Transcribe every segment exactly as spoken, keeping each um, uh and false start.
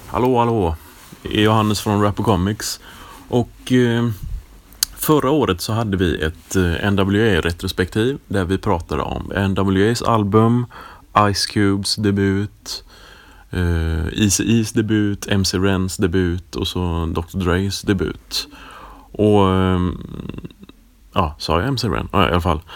Hallå, hallå. Det är Johannes från Rapper Comics. Och eh, förra året så hade vi ett eh, N W A-retrospektiv där vi pratade om N W A's album, Ice Cubes debut, eh, Eazy-E's debut, M C Rens debut och så doktor Dre's debut. Och eh, ja, sa jag M C Ren? Ja, i alla fall.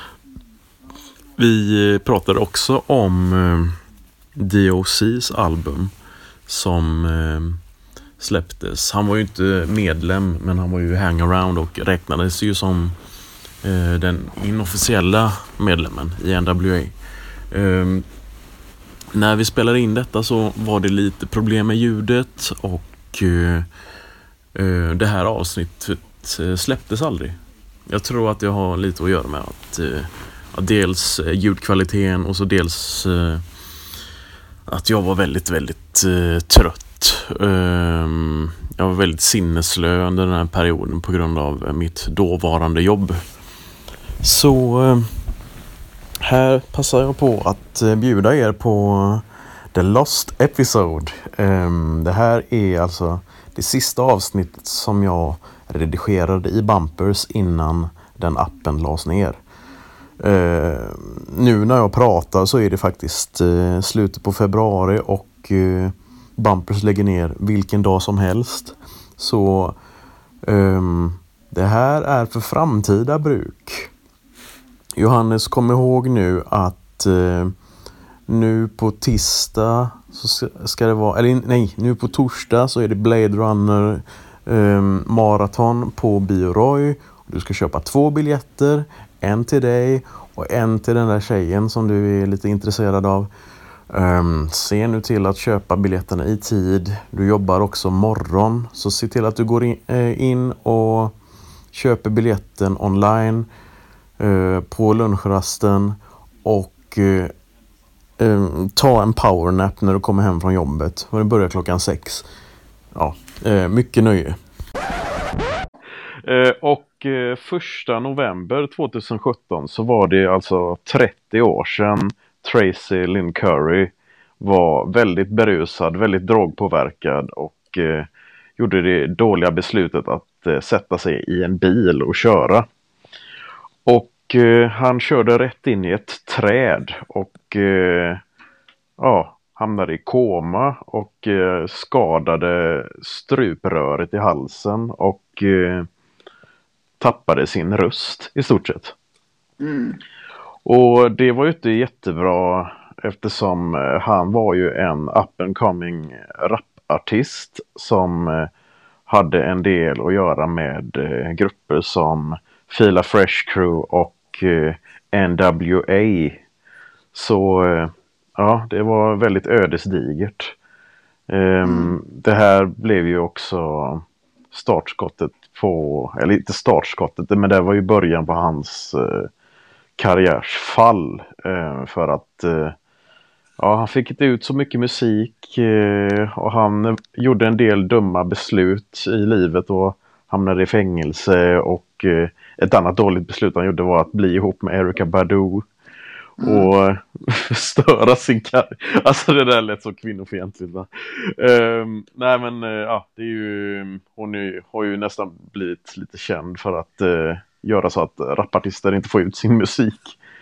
Vi pratade också om eh, D O C's album som eh, släpptes. Han var ju inte medlem, men han var ju hangaround och räknades ju som eh, den inofficiella medlemmen i N W A. Eh, när vi spelade in detta så var det lite problem med ljudet och eh, eh, det här avsnittet eh, släpptes aldrig. Jag tror att det har lite att göra med att eh, dels eh, ljudkvaliteten och så dels eh, att jag var väldigt, väldigt eh, trött. Um, jag var väldigt sinneslö under den här perioden på grund av mitt dåvarande jobb. Så uh, här passar jag på att uh, bjuda er på The Lost Episode. Um, det här är alltså det sista avsnittet som jag redigerade i Bumpers innan den appen lades ner. Uh, nu när jag pratar så är det faktiskt uh, slutet på februari och uh, Bumpers lägger ner vilken dag som helst. Så um, det här är för framtida bruk. Johannes, kom ihåg nu att uh, nu på tisdag så ska, ska det vara, eller nej, nu på torsdag så är det Blade Runner um, maraton på Bio Roy. Du ska köpa två biljetter, en till dig och en till den där tjejen som du är lite intresserad av. Um, se nu till att köpa biljetterna i tid. Du jobbar också morgon, så se till att du går in, äh, in och köper biljetten online uh, på lunchrasten och uh, um, ta en powernap när du kommer hem från jobbet. Och det börjar klockan sex. Ja, uh, mycket nöje. Uh, och uh, första november tjugosjutton så var det alltså trettio år sedan Tracy Lynn Curry var väldigt berusad, väldigt drogpåverkad och eh, gjorde det dåliga beslutet att eh, sätta sig i en bil och köra. Och eh, han körde rätt in i ett träd och eh, ja, hamnade i koma och eh, skadade strupröret i halsen och eh, tappade sin röst i stort sett. Mm. Och det var ju inte jättebra eftersom han var ju en up and coming rapartist som hade en del att göra med grupper som Fila Fresh Crew och N W A. Så ja, det var väldigt ödesdigert. Mm. Det här blev ju också startskottet på, eller inte startskottet, men det var ju början på hans karriärsfall eh, för att eh, ja, han fick inte ut så mycket musik eh, och han gjorde en del dumma beslut i livet och hamnade i fängelse och eh, ett annat dåligt beslut han gjorde var att bli ihop med Erykah Badu mm. och förstöra sin karriär. Alltså det där lät så kvinnofientligt, va? Eh, nej men eh, ja, det är ju, hon är, har ju nästan blivit lite känd för att eh, göra så att rapartister inte får ut sin musik.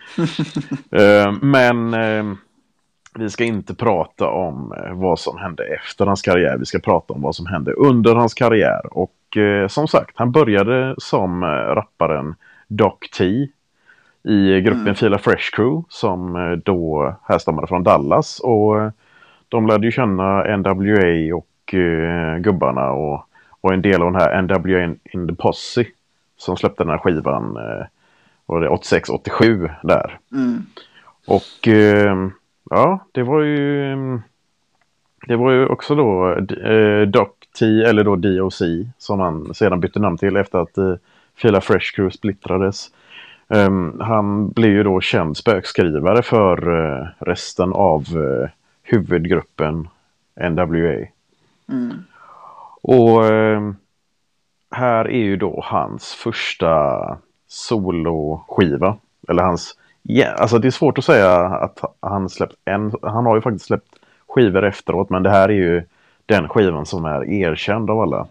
uh, men uh, vi ska inte prata om uh, vad som hände efter hans karriär. Vi ska prata om vad som hände under hans karriär. Och uh, som sagt, han började som uh, rapparen Doc T i gruppen mm. Fila Fresh Crew som uh, då härstammade från Dallas. Och uh, de lärde ju känna N W A och uh, gubbarna och, och en del av den här N W A in, in the Posse som släppte den här skivan eh, var det åttiosex åttiosju där. Mm. Och eh, ja, det var ju det var ju också då eh, Doc T eller då D O C som han sedan bytte namn till efter att eh, Fila Fresh Crew splittrades. Um, han blev ju då känd spökskrivare för uh, resten av uh, huvudgruppen N W A. Mm. Och uh, här är ju då hans första soloskiva. Eller hans... Yeah, alltså det är svårt att säga att han släppt en... Han har ju faktiskt släppt skivor efteråt. Men det här är ju den skivan som är erkänd av alla.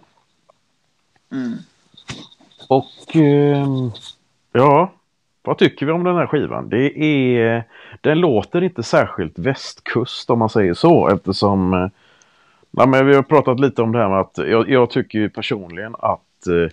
Mm. Och eh, ja, vad tycker vi om den här skivan? Det är, den låter inte särskilt västkust om man säger så, eftersom eh, ja, men vi har pratat lite om det här med att jag, jag tycker ju personligen att eh,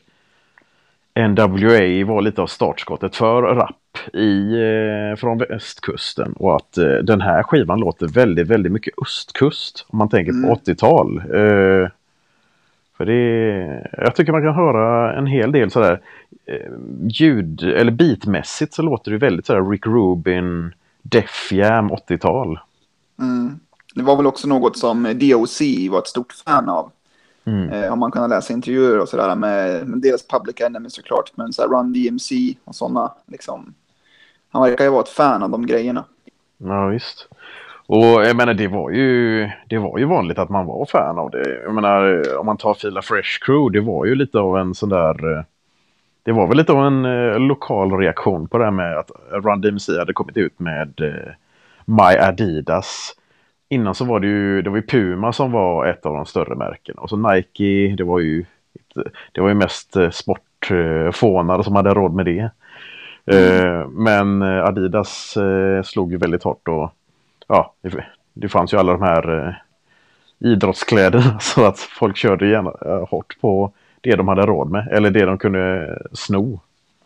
N W A var lite av startskottet för rap i, eh, från västkusten, och att eh, den här skivan låter väldigt, väldigt mycket östkust om man tänker på Mm. åttiotal. Eh, för det, jag tycker man kan höra en hel del sådär eh, ljud, eller beatmässigt så låter det väldigt sådär Rick Rubin, Def Jam åttiotal. Mm. Det var väl också något som D O C var ett stort fan av. Mm. Eh, om man kan läsa intervjuer och sådär med, med dels Public Enemy såklart, men så här Run D M C och sådana liksom. Han verkar ju vara ett fan av de grejerna. Ja, visst. Och jag menar, det var ju det var ju vanligt att man var fan av det. Jag menar, om man tar Fila Fresh Crew, det var ju lite av en sån där, det var väl lite av en eh, lokal reaktion på det här med att Run D M C hade kommit ut med eh, My Adidas. Innan så var det ju det var ju Puma som var ett av de större märkena, och så Nike, det var ju det var ju mest eh, sportfånare som hade råd med det. Mm. Eh, men Adidas eh, slog ju väldigt hårt, och ja, det, det fanns ju alla de här eh, idrottskläderna, så att folk körde gärna eh, hårt på det de hade råd med, eller det de kunde sno.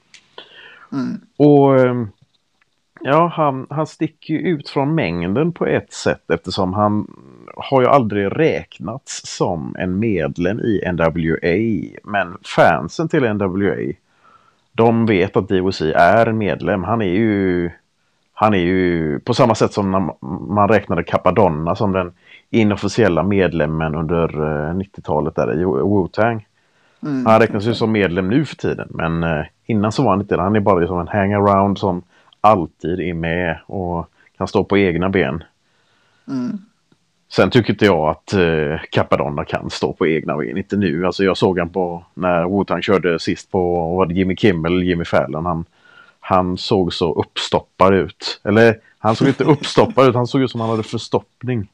Mm. Och eh, ja, han, han sticker ju ut från mängden på ett sätt, eftersom han har ju aldrig räknats som en medlem i N W A, men fansen till N W A, de vet att D O C är en medlem. Han är ju han är ju på samma sätt som när man räknade Capadonna som den inofficiella medlemmen under nittiotalet där i Wu-Tang. Mm, han räknas ju som medlem nu för tiden, men innan så var han inte det. Han är bara som en hangaround som alltid är med och kan stå på egna ben. Mm. Sen tycker inte jag att eh, Capadonna kan stå på egna ben. Inte nu. Alltså jag såg han på när Wu-Tang körde sist på var det Jimmy Kimmel eller Jimmy Fallon. Han, han såg så uppstoppad ut. Eller han såg inte uppstoppad ut. Han såg ut som han hade förstoppning.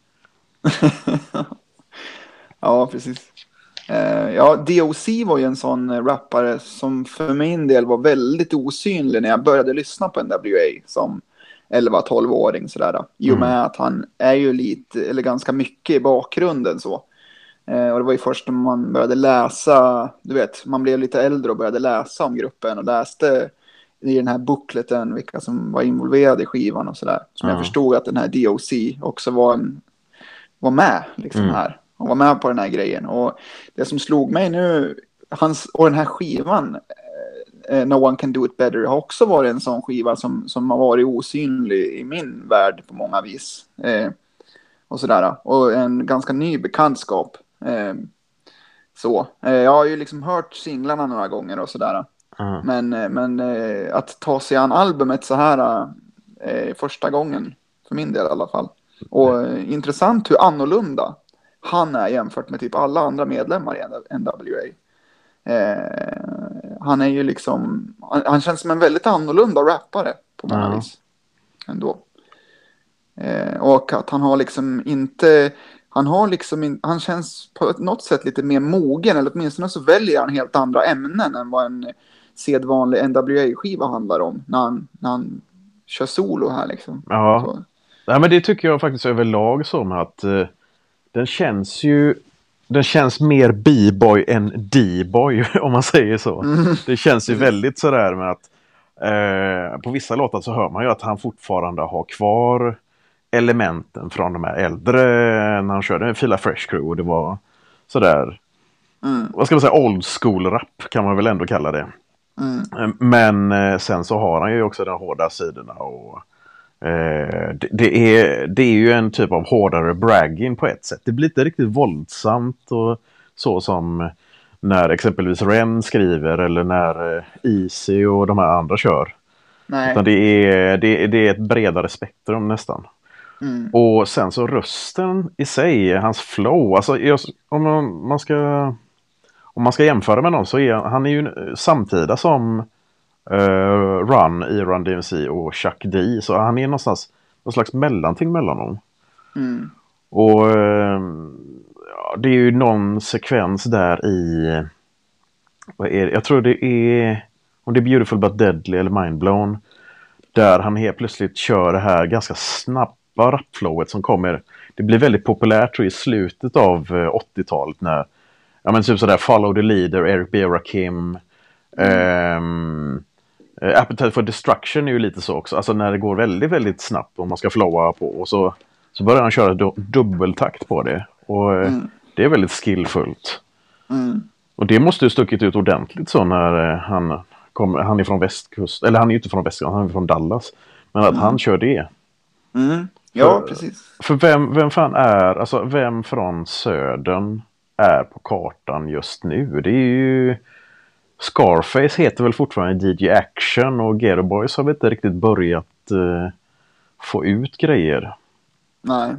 Ja, precis. Uh, ja, D O C var ju en sån rappare som för min del var väldigt osynlig när jag började lyssna på N W A som elva-tolv-åring sådär. I och med mm. att han är ju lite, eller ganska mycket i bakgrunden så. Uh, och det var ju först när man började läsa, du vet, man blev lite äldre och började läsa om gruppen och läste i den här bookleten vilka som var involverade i skivan och sådär. Som mm. jag förstod att den här D O C också var, en, var med liksom mm. här. Och var med på den här grejen. Och det som slog mig nu, hans, och den här skivan, eh, No One Can Do It Better, har också varit en sån skiva som, som har varit osynlig i min värld på många vis. Eh, och sådär. Och en ganska ny bekantskap. Eh, så. Eh, jag har ju liksom hört singlarna några gånger och sådär. Mm. Men, men eh, att ta sig an albumet så här eh, första gången, för min del i alla fall. Och eh, intressant hur annorlunda han är jämfört med typ alla andra medlemmar i N W A. Eh, han är ju liksom... Han, han känns som en väldigt annorlunda rappare på många mm. vis. Ändå. Eh, och att han har liksom inte... Han har liksom... In, han känns på något sätt lite mer mogen. Eller åtminstone så väljer han helt andra ämnen än vad en sedvanlig N W A-skiva handlar om. När han, när han kör solo här liksom. Ja. Så. Nej, men det tycker jag faktiskt överlag som att... Uh... Den känns ju den känns mer B-boy än D-boy om man säger så. Mm. Det känns ju väldigt sådär med att eh, på vissa låtar så hör man ju att han fortfarande har kvar elementen från de här äldre när han körde Fila Fresh Crew. Det var sådär mm. vad ska man säga, old school rap kan man väl ändå kalla det. Mm. Men eh, sen så har han ju också de hårda sidorna och Eh, det, det, är, det är ju en typ av hårdare bragging på ett sätt. Det blir inte riktigt våldsamt och så som när exempelvis Ren skriver eller när Easy och de här andra kör. Nej. Utan det är, det, det är ett bredare spektrum nästan. Mm. Och sen så rösten i sig, hans flow, alltså jag, om man, man ska om man ska jämföra med någon så är han är ju samtida som Uh, Run i Run D M C och Chuck D. Så han är någonstans någon slags mellanting mellan dem. Mm. Och uh, det är ju någon sekvens där i, vad är det? Jag tror det är, om det är Beautiful But Deadly eller Mindblown, där han helt plötsligt kör det här ganska snabba rapflowet som kommer. Det blir väldigt populärt tror jag, i slutet av åttiotalet när, ja men typ sådär Follow the Leader, Eric B. Rakim, mm. um, Appetite for Destruction är ju lite så också. Alltså när det går väldigt, väldigt snabbt och man ska flowa på, och så, så börjar han köra du- dubbeltakt på det. Och mm. det är väldigt skillfullt. Mm. Och det måste ju stuckit ut ordentligt så när han kommer, han är från västkust, eller han är ju inte från västkust, han är från Dallas. Men att mm. han kör det. Mm. Ja, för, precis. För vem, vem fan är, alltså vem från södern är på kartan just nu? Det är ju, Scarface heter väl fortfarande D J Action, och Ghetto Boys har väl inte riktigt börjat uh, få ut grejer. Nej.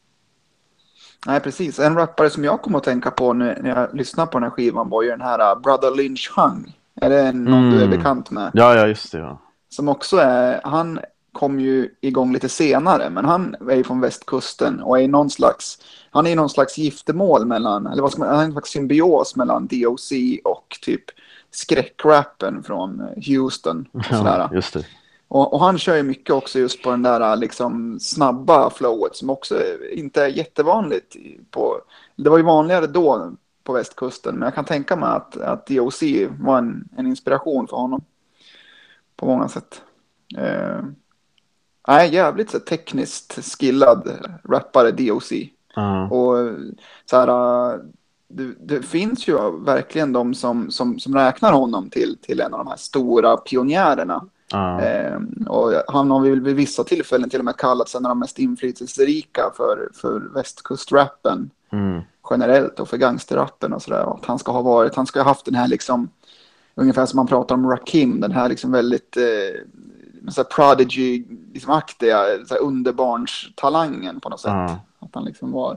Nej, precis. En rappare som jag kommer att tänka på när jag lyssnar på den här skivan var ju den här Brother Lynch Hung. Är det någon mm. du är bekant med? Ja, ja, just det. Ja. Som också är, han kom ju igång lite senare, men han är ju från västkusten och är någon slags, han är någon slags giftermål mellan, eller vad ska man, han är en slags symbios mellan D O C och typ skräckrappen från Houston och sådär. Ja, just det. Och, och han kör ju mycket också just på den där liksom snabba flowet som också inte är jättevanligt på, det var ju vanligare då på västkusten, men jag kan tänka mig att, att D O C var en, en inspiration för honom på många sätt. Eh, nej, jävligt så tekniskt skillad rappare D O C. Uh-huh. Och så här, det, det finns ju verkligen de som, som, som räknar honom till, till en av de här stora pionjärerna. Uh-huh. Eh, och han har vid, vid vissa tillfällen till och med kallats en av de mest inflytelserika för, för västkustrappen mm. generellt och för gangsterrappen och sådär. Att han ska ha varit, han ska ha haft den här liksom, ungefär som man pratar om Rakim, den här liksom väldigt eh, så här prodigy-aktiga liksom underbarnstalangen på något sätt. Uh-huh. Att han liksom var,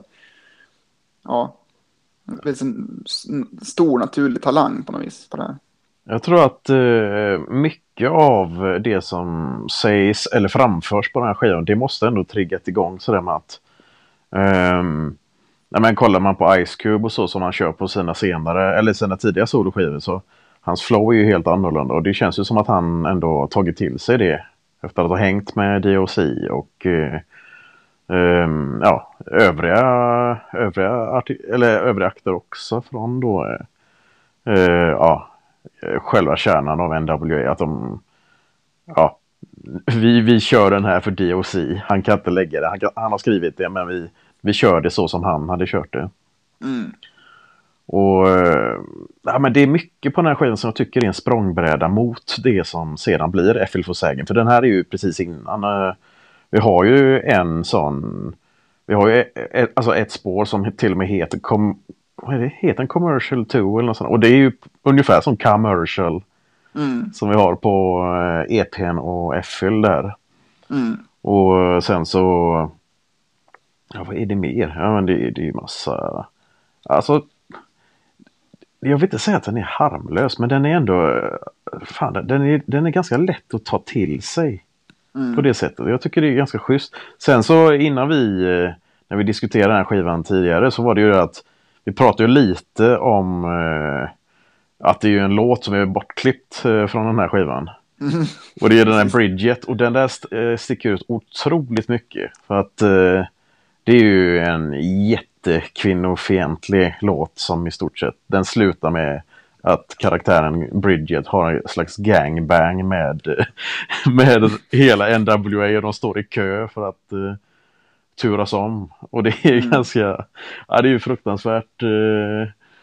ja, en stor naturlig talang på något vis på det här. Jag tror att eh, mycket av det som sägs eller framförs på den här skivan, det måste ändå triggat igång sådär med att um, när man kollar man på Ice Cube och så som han kör på sina senare eller sina tidiga soloskivor, så hans flow är ju helt annorlunda, och det känns ju som att han ändå tagit till sig det efter att ha hängt med D O C och eh, um, ja, övriga övriga, arti- eller övriga akter också från då eh, eh, ja själva kärnan av N W A, att de ja, vi, vi kör den här för D O C, han kan inte lägga det, han, kan, han har skrivit det, men vi, vi kör det så som han hade kört det. Mm. Och ja, men det är mycket på den här skivan som jag tycker är en språngbräda mot det som sedan blir F L Fosägen, för den här är ju precis innan. Vi har ju en sån, vi har ju ett, alltså ett spår som till och med heter kom, vad är det? Heter en Commercial två eller något sånt. Och det är ju ungefär som Commercial mm. som vi har på E P:n och F L där. Mm. Och sen så, ja, vad är det mer? Ja, men det, det är ju massa, alltså jag vill inte säga att den är harmlös, men den är ändå, fan, den är, den är ganska lätt att ta till sig mm. på det sättet. Jag tycker det är ganska schysst. Sen så innan vi, när vi diskuterade den här skivan tidigare, så var det ju att vi pratade ju lite om eh, att det är ju en låt som är bortklippt eh, från den här skivan. Mm. Och det är den här Bridget, och den där st- eh, sticker ut otroligt mycket. För att eh, det är ju en jättekvinnofientlig låt som i stort sett, den slutar med att karaktären Bridget har en slags gangbang med, med hela N W A, och de står i kö för att eh, turas om. Och det är mm. ganska, ja, det är ju fruktansvärt eh,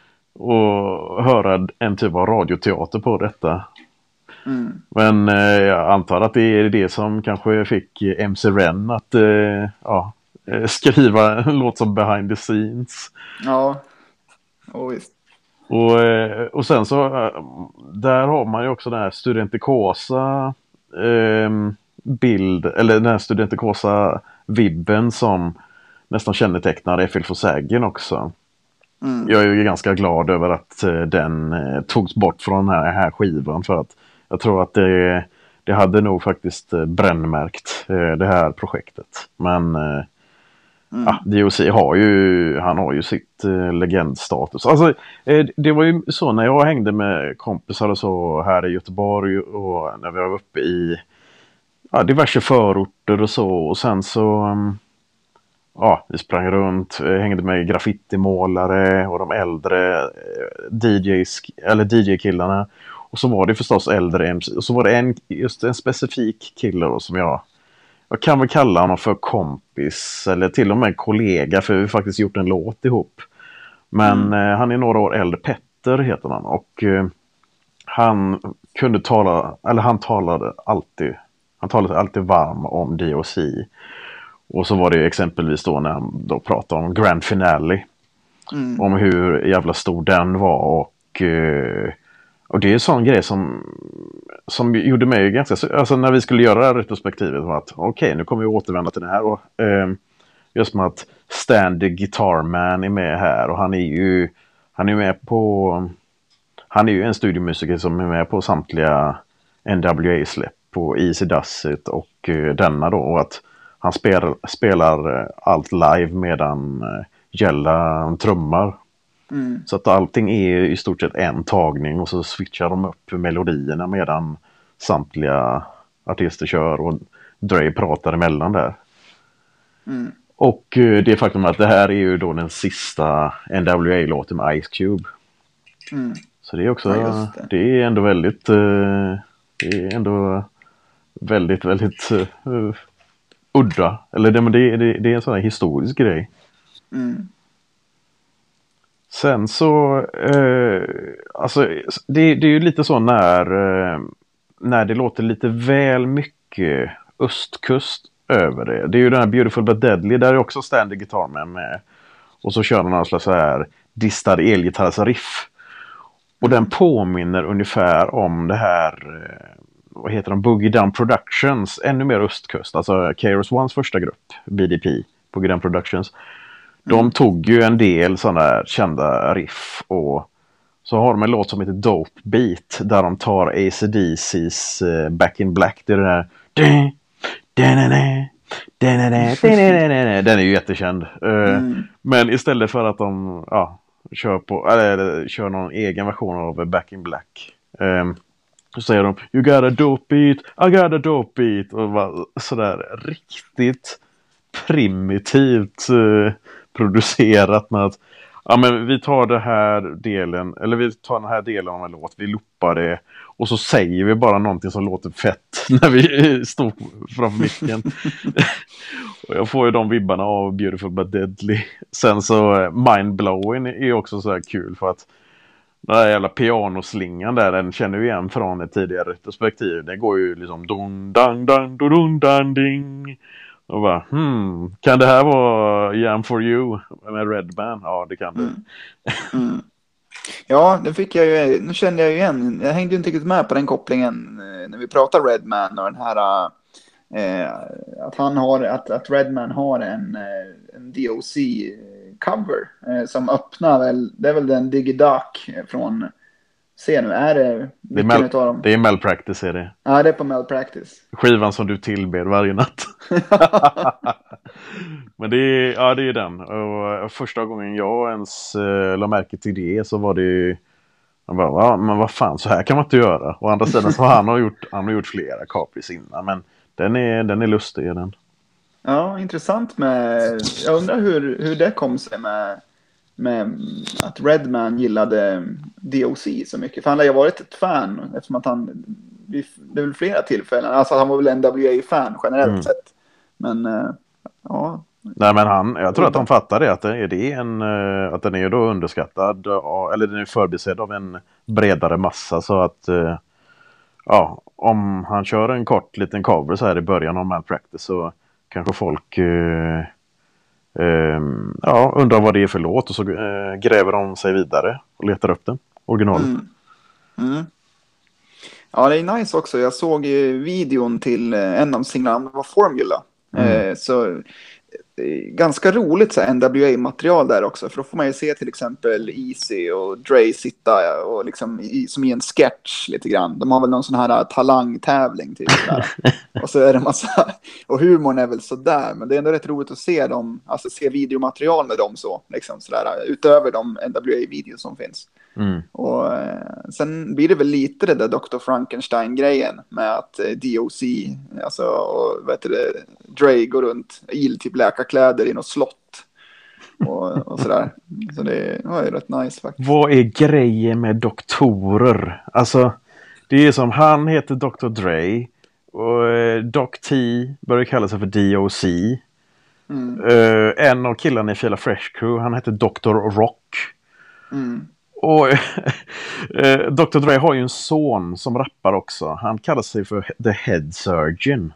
att höra en typ av radioteater på detta. Mm. Men eh, jag antar att det är det som kanske fick M C Ren att eh, ja, skriva en låt som Behind the Scenes. Ja, oh, visst. Och, och sen så där har man ju också den här studentikosa eh, bild, eller den här studentikosa vibben som nästan kännetecknar F L Fosägen också. Mm. Jag är ju ganska glad över att den eh, togs bort från den här, här skivan, för att jag tror att det, det hade nog faktiskt brännmärkt eh, det här projektet. Men eh, Mm. Ja, D O C har ju, han har ju sitt eh, legendstatus. Alltså, eh, det var ju så när jag hängde med kompisar och så här i Göteborg och när vi var uppe i ja, diverse förorter och så. Och sen så, um, ja, vi sprang runt, eh, hängde med graffitimålare och de äldre eh, D Js, eller D J-killarna. Och så var det förstås äldre M C. Och så var det en, just en specifik kille då, som jag Jag kan väl kalla honom för kompis eller till och med kollega, för vi har faktiskt gjort en låt ihop. Men Mm. eh, han är några år äldre, Petter heter han, och eh, han kunde tala, eller han talade alltid, han talade alltid varm om D O C. Och så var det exempelvis då när han då pratade om Grand Finale, Mm. om hur jävla stor den var, och eh, Och det är en sån grej som, som gjorde mig ganska... Alltså när vi skulle göra det här retrospektivet var att okej, okay, nu kommer vi återvända till det här. Och, eh, just med att Stan the Guitar Man är med här. Och han är ju han är med på... Han är ju en studiomusiker som är med på samtliga N W A-släpp på Easy Does It och eh, denna då. Och att han spelar, spelar allt live medan eh, Jella trummar. Mm. Så att allting är i stort sett en tagning och så switchar de upp melodierna medan samtliga artister kör och Dre pratar emellan där. Mm. Och eh, det faktum att det här är ju då den sista N W A-låten med Ice Cube. Mm. Så det är också, Ja, just det. det är ändå väldigt, eh, det är ändå väldigt, väldigt uh, udda. Eller det, men det, det, det är en sån här historisk grej. Mm. Sen så, eh, alltså det, det är ju lite så när, eh, när det låter lite väl mycket östkust över det. Det är ju den här Beautiful But Deadly, där är också Stan the Guitar Man med. Och så kör han någon slags så här distad elgitarrsriff. Och den påminner ungefär om det här, eh, vad heter de, Boogie Down Productions, ännu mer östkust. Alltså K R S Ones första grupp, B D P, Boogie Down Productions. De Mm. tog ju en del sådana kända riff och så har de en låt som heter Dope Beat där de tar A C D C's uh, Back in Black. Det är det där. Den är ju jättekänd. Uh, Mm. Men istället för att de ja, kör, på, eller, kör någon egen version av Back in Black. Um, så säger de You got a dope beat, I got a dope beat. Och bara, sådär riktigt primitivt uh, producerat med att ja, men vi tar det här delen, eller vi tar den här delen av en låt, vi loopar det och så säger vi bara någonting som låter fett när vi står framför micken. Och jag får ju de vibbarna av Beautiful But Deadly. Sen så Mindblowing är också så här kul för att den där jävla pianoslingan där, den känner vi igen från ett tidigare retrospektiv. Den går ju liksom dun dang dang dun dang ding. Och bara, hmm, kan det här vara Jam for You med Redman? Ja, det kan det. Mm. Mm. Ja, det fick jag ju, nu kände jag ju igen. Jag hängde ju inte riktigt med på den kopplingen eh, när vi pratar Redman och den här eh, att han har, att, att Redman har en, eh, en D O C-cover eh, som öppnar väl, det är väl den Digiduck från, se nu, är det Det är, vilken mal- utav dem? det är Malpractice är det. Ja, det är på Malpractice. Skivan som du tillber varje natt. Men det är, ja, det är den. Och första gången jag ens uh, la märke till det så var det ju, jag bara, va? Men vad fan, så här kan man inte göra. Å andra sidan så har han har gjort, han har gjort flera copies innan, men den är, den är lustig den. Ja, intressant med, jag undrar hur, hur det kom sig med, med att Redman gillade D O C så mycket. För han har ju varit ett fan eftersom att han, det är väl flera tillfällen, alltså han var väl en N W A-fan generellt Mm. sett. Men eh, ja. Nej, men han, jag tror att de fattar det, att det är, det är en, eh, att den är då underskattad, ja, eller den är förbisedd av en bredare massa, så att eh, ja, om han kör en kort liten cover så här i början av Malpractice så kanske folk eh, eh, ja, undrar vad det är för låt och så eh, gräver de sig vidare och letar upp den, originalet. Mm. Mm. Ja, det är nice också. Jag såg ju videon till en av singlarna, det var Formula. Mm. Eh, så ganska roligt så här N W A-material där också. För då får man ju se till exempel Easy och Dre sitta och liksom i, som i en sketch lite grann. De har väl någon sån här talangtävling typ där. Och så är det massa, och humorn är väl sådär. Men det är ändå rätt roligt att se dem, alltså se videomaterial med dem så. Liksom sådär, utöver de N W A-videos som finns. Mm. Och eh, sen blir det väl lite det där doktor Frankenstein-grejen med att eh, D O C, alltså, och vet du det, Dre går runt i typ läkarkläder i något slott och, och sådär. Så det var ju rätt nice faktiskt. Vad är grejen med doktorer? Alltså, det är som han heter doktor Dre och eh, Doc T börjar kalla sig för D O C. Mm. Uh, en av killarna i Fila Fresh Crew, han heter doktor Rock. Mm. Och doktor Dre har ju en son som rappar också. Han kallar sig för The Head Surgeon.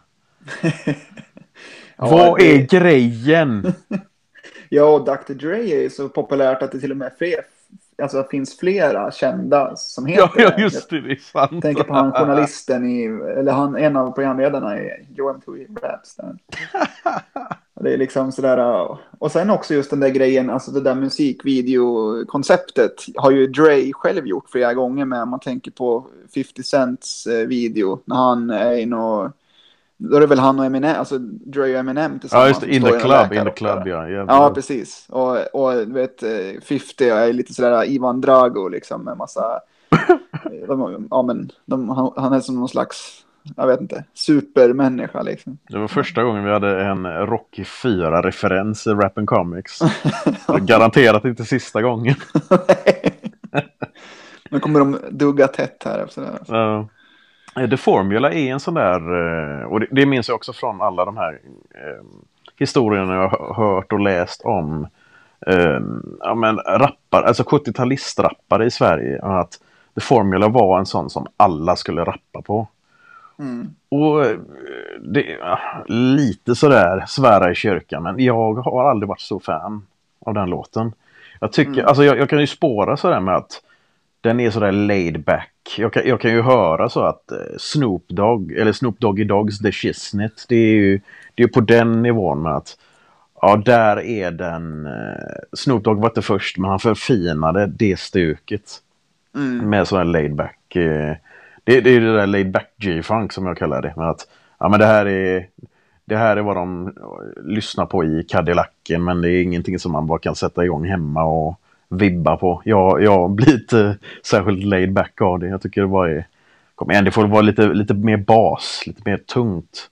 Ja, vad det... är grejen? Ja, och doktor Dre är så populärt att det till och med fler, alltså, finns flera kända som heter ja, ja, just det, det är sant. Jag tänker på han journalisten i, eller han, en av programledarna i Joe M T V Raps där. Det är liksom sådär, och sen också just den där grejen, alltså det där musikvideokonceptet har ju Dre själv gjort flera gånger med. Om man tänker på fifty Cents video när han är in och då är det väl han och Eminem, alltså Dre och Eminem tillsammans. Ja, just det, in the club, in the club, ja. Yeah, ja, precis. Och, och vet, fifty är lite sådär Ivan Drago liksom med massa, de, ja men, de, han, han är som någon slags, jag vet inte, supermänniska liksom. Det var första gången vi hade en Rocky fyra-referens i Rap and Comics. Garanterat inte sista gången. Nu kommer de dugga tätt här efter det. Alltså. Uh, The Formula är en sån där, och det, det minns jag också från alla de här uh, historierna jag har hört och läst om uh, ja, men rappar, alltså sjuttio-talist-rappare i Sverige, att The Formula var en sån som alla skulle rappa på. Mm. Och det är lite sådär svära i kyrkan, men jag har aldrig varit så fan av den låten. Jag tycker, mm. alltså jag, jag kan ju spåra sådär med att den är sådär laid back. Jag kan, jag kan ju höra så att Snoop Dogg, eller Snoop Doggy Doggs The Shiznit, det är ju det är på den nivån med att ja, där är den Snoop Dogg var inte först, men han förfinade det stuket mm. med sådär laid back. Det, det är det där laid back G-funk som jag kallar det. Men att, ja, men det här är det här är vad de lyssnar på i Cadillacen, men det är ingenting som man bara kan sätta igång hemma och vibba på. Jag, jag blir inte särskilt laid back av det. Jag tycker det bara är, kom igen, det får vara lite, lite mer bas, lite mer tungt.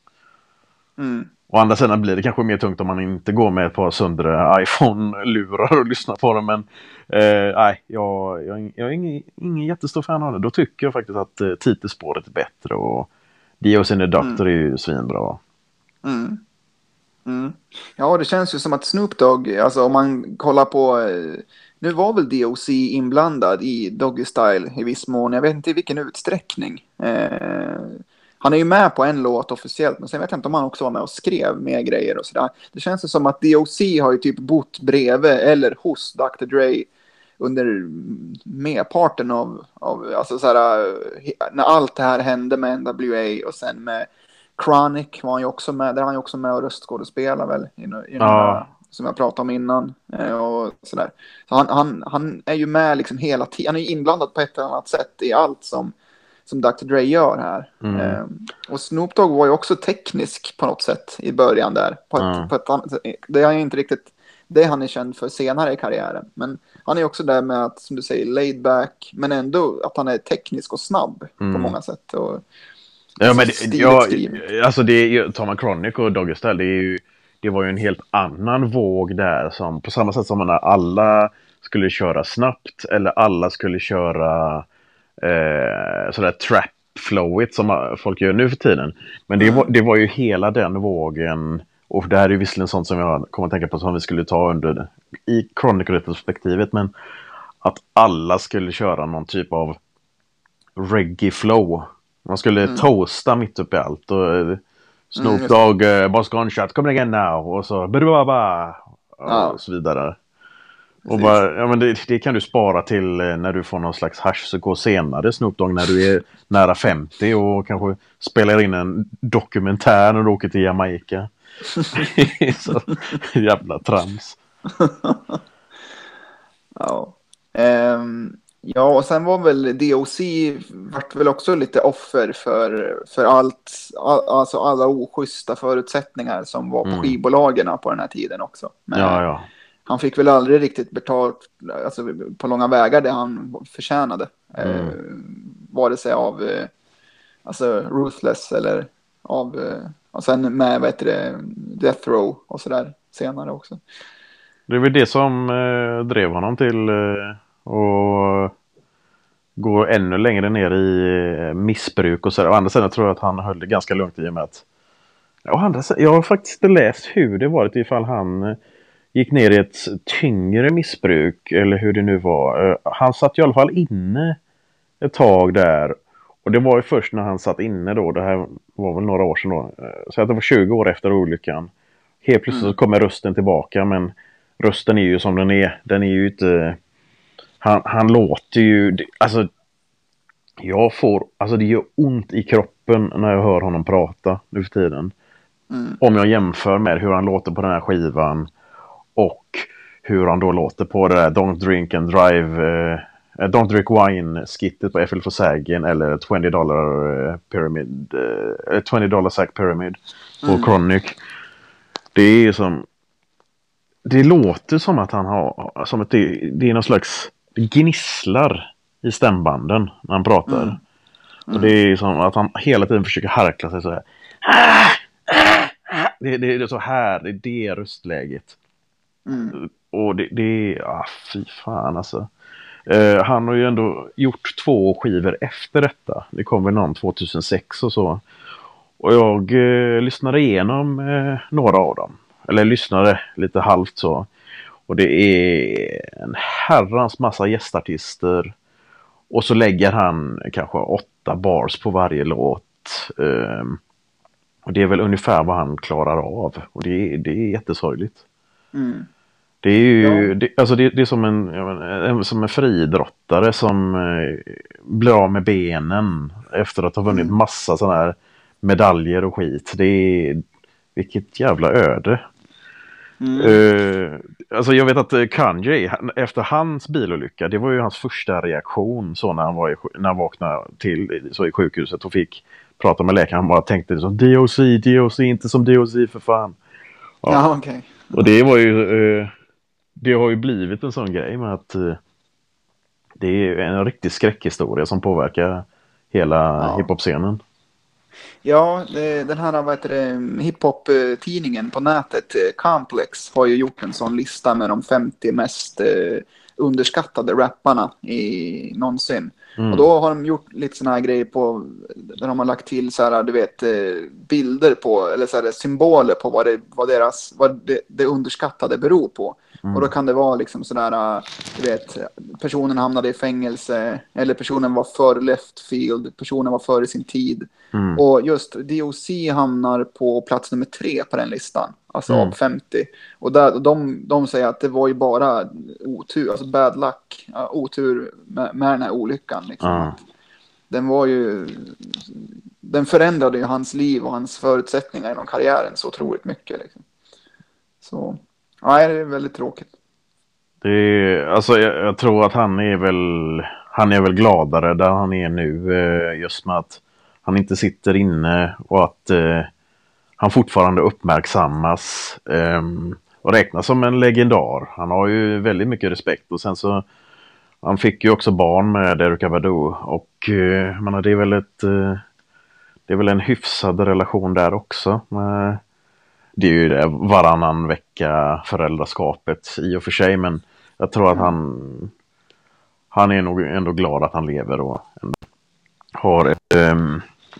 Mm. Å andra sidan blir det kanske mer tungt om man inte går med ett par söndra iPhone-lurar och lyssnar på dem. Men eh, nej, jag, jag, jag är ingen, ingen jättestor fan av det. Då tycker jag faktiskt att eh, titelspåret är bättre och D O C and the Doctor mm. är ju svinbra. Mm. Mm. Ja, det känns ju som att Snoop Dogg, alltså om man kollar på, eh, nu var väl D O C inblandad i Doggy Style i viss mån. Jag vet inte i vilken utsträckning. Eh, Han är ju med på en låt officiellt, men sen vet jag inte om han också var med och skrev med grejer och sådär. Det känns som att D O C har ju typ bott bredvid eller hos doktor Dre under merparten av, av alltså såhär, när allt det här hände med N W A och sen med Chronic var han ju också med, där var han ju också med och röstskådespelade väl, i, i ja. som jag pratade om innan och sådär. Så han, han, han är ju med liksom hela tiden, han är ju inblandad på ett eller annat sätt i allt som som doktor Dre gör här. Mm. Um, och Snoop Dogg var ju också teknisk på något sätt i början där. På ett, mm. på ett annat, det är inte riktigt det han är känd för senare i karriären. Men han är också där med att, som du säger, laid back, men ändå att han är teknisk och snabb mm. på många sätt. Och, ja, men det, ja, alltså det är ju, tar man Chronic och Doggy Style, det är ju, det var ju en helt annan våg där som på samma sätt som när alla skulle köra snabbt eller alla skulle köra Eh, sådär trap flowigt som folk gör nu för tiden. Men det, mm. var, det var ju hela den vågen, och det här är ju visserligen sånt som jag kommer att tänka på som vi skulle ta under i Chronic-retrospektivet, men att alla skulle köra någon typ av reggae flow. Man skulle mm. toasta mitt upp i allt och Snoop mm, Dogg, uh, Boss Gunshot, come again now och så brubaba och ja. så vidare. Och bara, ja, men det, det kan du spara till när du får någon slags haschpsykos senare, Snoop Dogg, när du är nära femtio och kanske spelar in en dokumentär när du åker till Jamaica. Det är så jävla trams. Ja. Ehm, ja, och sen var väl D O C vart väl också lite offer för, för allt, all, alltså alla oschyssta förutsättningar som var på Mm. skivbolagen på den här tiden också. Men Ja, ja. han fick väl aldrig riktigt betalt, alltså på långa vägar, det han förtjänade. Mm. Ehm, vare sig av eh, alltså Ruthless eller av, eh, och sen med vad heter det, Death Row och sådär senare också. Det är väl det som eh, drev honom till eh, att gå ännu längre ner i eh, missbruk och så. Å andra sidan tror jag att han höll det ganska lugnt i och med att å andra sidan, jag har faktiskt inte läst hur det varit ifall han eh, gick ner i ett tyngre missbruk eller hur det nu var. Eh, han satt i alla fall inne ett tag där. Och det var ju först när han satt inne då, det här var väl några år sedan då, så att det var tjugo år efter olyckan. Helt plötsligt Mm. så kommer rösten tillbaka, men rösten är ju som den är. Den är ju inte, han, han låter ju, alltså jag får, alltså det gör ont i kroppen när jag hör honom prata nu för tiden. Mm. Om jag jämför med hur han låter på den här skivan och hur han då låter på det där Don't Drink and Drive, eh, Don't Drink Wine-skittet på F L Sagan eller twenty dollar Pyramid, uh, twenty dollar Sack Pyramid på Mm. Chronic. Det är som, det låter som att han har, som att det, det är någon slags gnisslar i stämbanden när han pratar. Mm. Mm. Och det är som att han hela tiden försöker harkla sig så här. Det, det, det är så här, det är det röstläget. Mm. Och det, det är, ah, fy fan alltså. Uh, han har ju ändå gjort två skivor efter detta. Det kom väl någon tjugohundrasex och så. Och jag uh, lyssnade igenom uh, några av dem. Eller lyssnade lite halvt så. Och det är en herrans massa gästartister. Och så lägger han kanske åtta bars på varje låt. Uh, och det är väl ungefär vad han klarar av. Och det är, det är jättesorgligt. Mm. Det är ju, Ja. det, alltså det, det är som en, jag menar, en, som en friidrottare som eh, blir av med benen efter att ha vunnit Mm. massa sådana här medaljer och skit. Det är, vilket jävla öde. Mm. Uh, alltså jag vet att Kanye, han, efter hans bilolycka, det var ju hans första reaktion så när han, var i, när han vaknade till så i sjukhuset och fick prata med läkaren. Han bara tänkte så, D O C, D O C, inte som D O C för fan. Ja, ja okej. Okay. Och det var ju... Uh, Det har ju blivit en sån grej med att uh, det är en riktig skräckhistoria som påverkar hela Ja. hiphop-scenen. Ja, det, den här vad heter det, hiphop-tidningen på nätet, eh, Complex, har ju gjort en sån lista med de femtio mest eh, underskattade rapparna i någonsin. Mm. Och då har de gjort lite såna här grejer på, där de har lagt till så här, du vet, eh, bilder på, eller så här, symboler på vad, det, vad, deras, vad det, det underskattade beror på. Mm. Och då kan det vara liksom sådär, du vet, personen hamnade i fängelse, eller personen var för left field, personen var före sin tid. Mm. Och just D O C hamnar på plats nummer tre på den listan, alltså Mm. av femtio. Och där, de, de säger att det var ju bara otur, alltså bad luck, ja, otur med, med den här olyckan. Liksom. Ja. Den var ju, den förändrade ju hans liv och hans förutsättningar inom karriären så otroligt mycket. Liksom. Så, nej, det är väldigt tråkigt. Det är, alltså jag, jag tror att han är väl han är väl gladare där han är nu, eh, just med att han inte sitter inne och att eh, han fortfarande uppmärksammas eh, och räknas som en legendar. Han har ju väldigt mycket respekt och sen så han fick ju också barn med Erykah Badu och eh, man det är väl ett eh, det är väl en hyfsad relation där också. Eh, det är ju det varannan vecka föräldraskapet i och för sig, men jag tror att han han är nog ändå glad att han lever och har ett, ähm,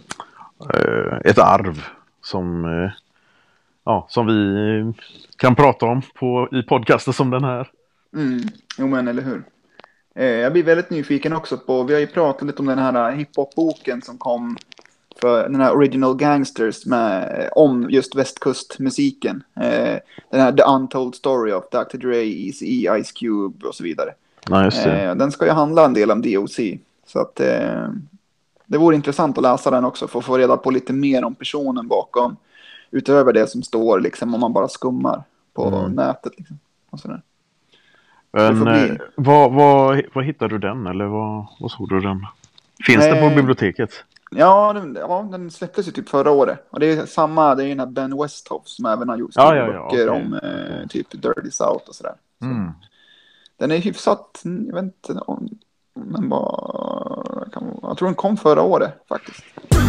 äh, ett arv som äh, ja, som vi kan prata om på, i podcaster som den här. Mm, jo men eller hur. Eh, jag blir väldigt nyfiken också på, vi har ju pratat lite om den här hiphop-boken som kom för den här Original Gangsters med, om just västkustmusiken. Eh, den här The Untold Story of doktor Dre, Eazy-E, Ice Cube och så vidare. Ja, just det. Eh, den ska ju handla en del om D O C. Så att eh, det vore intressant att läsa den också för att få reda på lite mer om personen bakom utöver det som står liksom om man bara skummar på Mm. nätet liksom, och sådär. Men får bli- eh, vad, vad, vad hittade du den? Eller vad, vad såg du den? Finns det på Eh, biblioteket? Ja den, ja, den släpptes ju typ förra året. Och det är samma, det är ju den här Ben Westhoff som även har gjort Ja, skrivit ja, ja, böcker okej, om eh, okej. typ Dirty South och sådär. Så Mm. den är hyfsat, jag vet inte om den var, kan, jag tror den kom förra året faktiskt.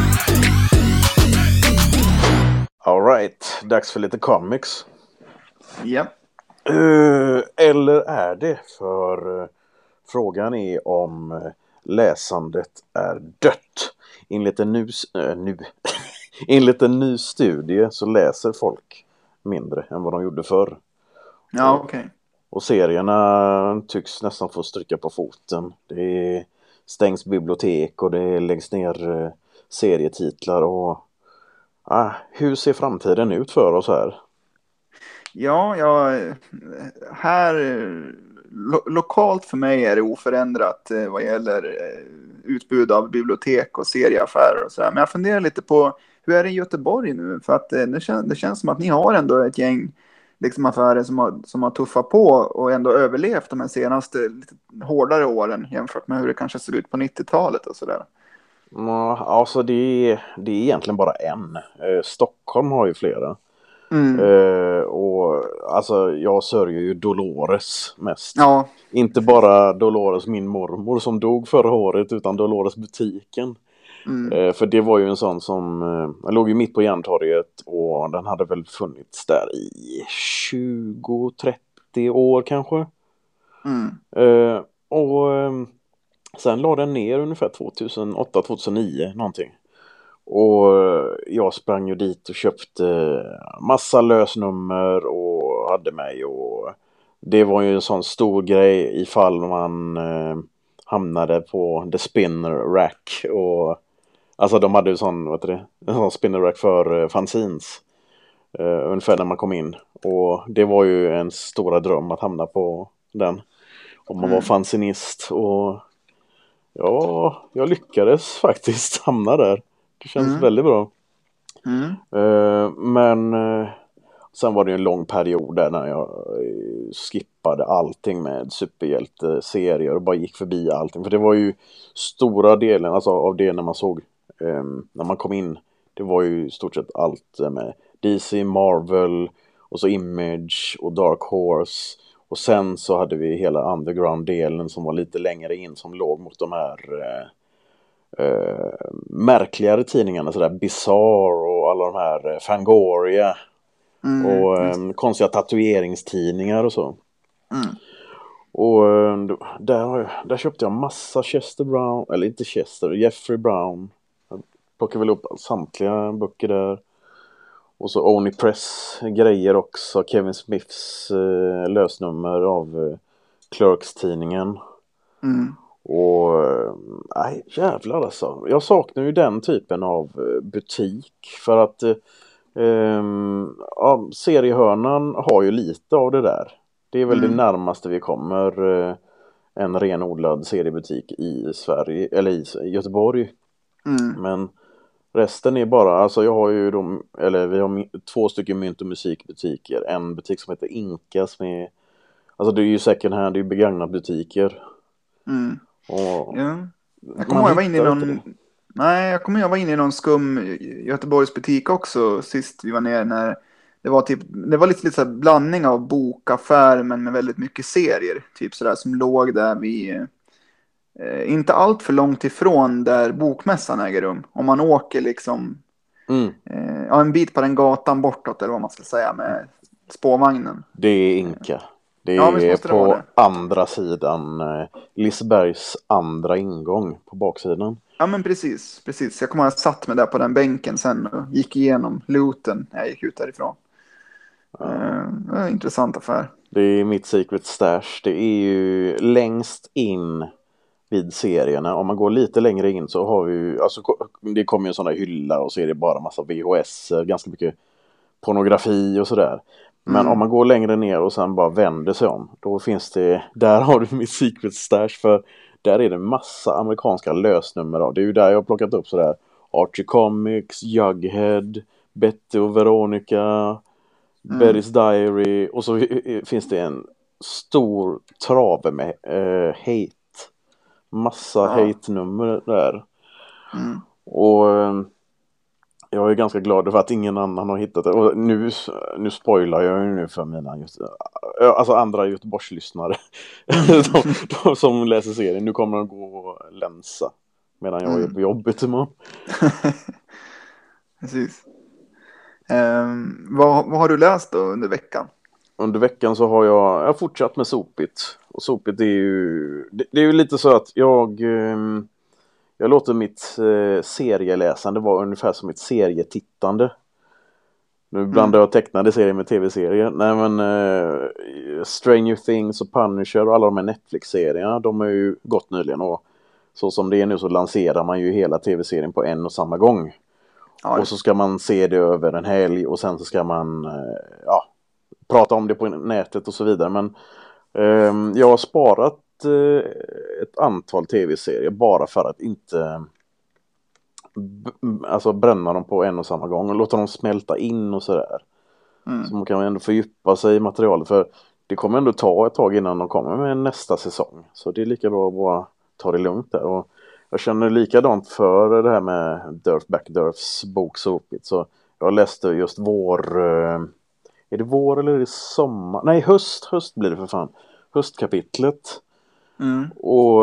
All right, dags för lite comics. Ja. Uh, eller är det? För uh, frågan är om uh, läsandet är dött. Enligt en, nu, uh, nu. Enligt en ny studie så läser folk mindre än vad de gjorde förr. Ja, okej. Okay. Och serierna tycks nästan få stryka på foten. Det stängs bibliotek och det läggs ner uh, serietitlar. Och uh, hur ser framtiden ut för oss här? Ja, jag, här lo, lokalt för mig är det oförändrat eh, vad gäller eh, utbud av bibliotek och serieaffärer och sådär. Men jag funderar lite på hur är det i Göteborg nu? För att eh, det, kän, det känns som att ni har ändå ett gäng liksom affärer som har, som har tuffat på och ändå överlevt de här senaste lite hårdare åren jämfört med hur det kanske ser ut på nittiotalet och sådär. Ja, alltså det är, det är egentligen bara en. Eh, Stockholm har ju flera. Mm. Eh, och alltså jag sörjer ju Dolores mest. Ja. Inte bara Dolores, min mormor som dog förra året, utan Dolores butiken. Mm. Eh, för det var ju en sån som eh, den låg ju mitt på Järntorget och den hade väl funnits där i tjugo trettio år kanske. Mm. Eh, och eh, sen la den ner ungefär tjugohundraåtta tjugohundranio någonting. Och jag sprang ju dit och köpte massa lösnummer och hade mig. Och det var ju en sån stor grej ifall man eh, hamnade på The Spinner Rack. Och, alltså de hade ju sån, vad heter det, en sån Spinner Rack för eh, fanzines. Eh, ungefär när man kom in. Och det var ju en stora dröm att hamna på den. Om man var fanzinist. Och ja, jag lyckades faktiskt hamna där. Det känns Mm. väldigt bra. Mm. Uh, men uh, sen var det en lång period där när jag uh, skippade allting med superhjälteserier och bara gick förbi allting. För det var ju stora delen alltså, av det när man såg, um, när man kom in. Det var ju i stort sett allt med D C, Marvel och så Image och Dark Horse. Och sen så hade vi hela underground-delen som var lite längre in som låg mot de här uh, Uh, märkligare tidningarna, sådär Bizarre och alla de här uh, Fangoria Mm. och um, konstiga tatueringstidningar och så. Mm. Och uh, där, där köpte jag massa Chester Brown, eller inte Chester, Jeffrey Brown. Jag plockade väl upp samtliga böcker där. Och så Oni Press grejer också, Kevin Smiths uh, lösnummer av uh, Clerks-tidningen. Mm. Och nej, jävlar alltså. Jag saknar ju den typen av butik. För att um, ja, seriehörnan har ju lite av det där. Det är väl mm. det närmaste vi kommer uh, en renodlad seriebutik i Sverige, eller i Göteborg. Mm. Men resten är bara, alltså jag har ju de, eller vi har två stycken mynt- och musikbutiker. En butik som heter Inka som är, alltså det är ju second hand, det är ju begagnat butiker. Mm. Och ja. Jag kommer ihåg jag var inne i någon Nej, jag kommer ihåg jag var inne i någon skum Göteborgs butik också sist vi var nere när det var typ det var lite lite så här blandning av bokaffär men med väldigt mycket serier typ så där som låg där vi eh, inte allt för långt ifrån där bokmässan äger rum. Om man åker liksom mm. eh, ja, en bit på den gatan bortåt eller vad man ska säga med spårvagnen. Det är Inka. Det ja, är det på det. andra sidan eh, Lisebergs andra ingång på baksidan. Ja men precis, precis. Jag kommer att ha satt mig där på den bänken sen och gick igenom looten när jag gick ut därifrån. Ja. Uh, det var en intressant affär. Det är mitt secret stash. Det är ju längst in vid serierna. Om man går lite längre in så har vi ju, alltså det kommer ju en sån där hylla och så är det bara massa V H S, ganska mycket pornografi och sådär. Men mm. om man går längre ner och sen bara vänder sig om, då finns det, där har du mitt secret stash, för där är det massa amerikanska lösnummer av. Det är ju där jag har plockat upp sådär Archie Comics, Jughead, Betty och Veronica, Mm. Betty's Diary, och så finns det en stor trave med uh, hate. Massa Ja. hate-nummer där. Mm. Och um, jag är ganska glad för att ingen annan har hittat det. Och nu, nu spoilar jag ju nu för mina just, alltså andra Göteborgslyssnare de, de som läser serien. Nu kommer de gå och länsa medan jag mm. är på jobbet imorgon. Precis. Um, vad, vad har du läst då under veckan? Under veckan så har jag, jag har fortsatt med Sopit. Och Sopit är ju, det, det är ju lite så att jag... Um, Jag låter mitt eh, serieläsande vara ungefär som mitt serietittande. Nu blandar jag tecknade serier med tv-serier. Nej men eh, Stranger Things och Punisher och alla de här Netflix-serierna, de har ju gått nyligen. Och så som det är nu så lanserar man ju hela tv-serien på en och samma gång. Aj. Och så ska man se det över en helg och sen så ska man eh, ja, prata om det på nätet och så vidare. Men eh, jag har sparat ett antal tv-serier bara för att inte b- alltså bränna dem på en och samma gång och låta dem smälta in och sådär. Mm. Så man kan ändå fördjupa sig i materialet, för det kommer ändå ta ett tag innan de kommer med nästa säsong. Så det är lika bra att bara ta det lugnt där. Och jag känner likadant för det här med Durf Back Durfs bok Sopit. Så jag läste just vår, är det vår eller är det sommar? Nej, höst, höst blir det för fan. Höstkapitlet. Mm. Och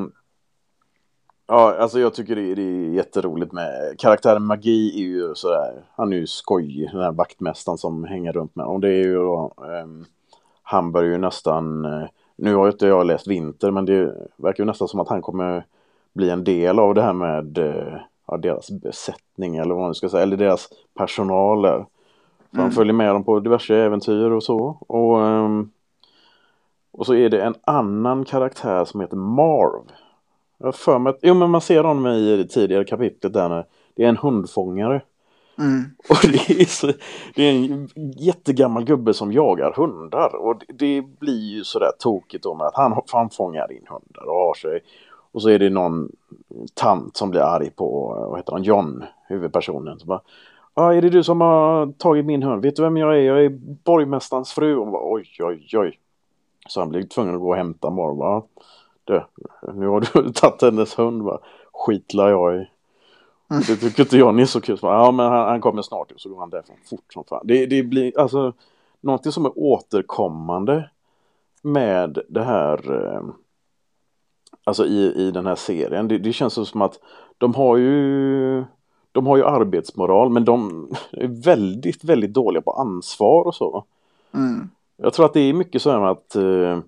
ja, alltså jag tycker det är, det är jätteroligt med karaktären Magi är ju sådär, han är ju skojig, den här vaktmästaren som hänger runt med. Och det är ju då, um, han börjar ju nästan, uh, nu har ju inte jag läst Vinter, men det verkar ju nästan som att han kommer bli en del av det här med uh, ja, deras besättning eller vad man ska säga, eller deras personaler. Mm. Han följer med dem på diverse äventyr och så. Och um, Och så är det en annan karaktär som heter Marv. Jag för mig att, jo men man ser honom i det tidigare kapitlet där när det är en hundfångare. Mm. Och det är, så, det är en jättegammal gubbe som jagar hundar. Och det, det blir ju sådär tokigt då med att han, han fångar in hundar och har sig. Och så är det någon tant som blir arg på, vad heter han, John, huvudpersonen. Så bara, ah, är det du som har tagit min hund? Vet du vem jag är? Jag är borgmästarens fru. Och bara, oj, oj, oj. Så han blev tvungen att gå och hämta Marv. Va? Du, nu har du tagit hennes hund. Va? Skitlar jag i. Mm. Det tycker inte jag är så kul. Ja, men han, han kommer snart. Så går han därifrån fort som fan. Det, det blir alltså någonting som är återkommande med det här. Eh, alltså i, i den här serien. Det, det känns som att de har ju de har ju arbetsmoral. Men de är väldigt, väldigt dåliga på ansvar och så. Mm. Jag tror att det är mycket så här att uh,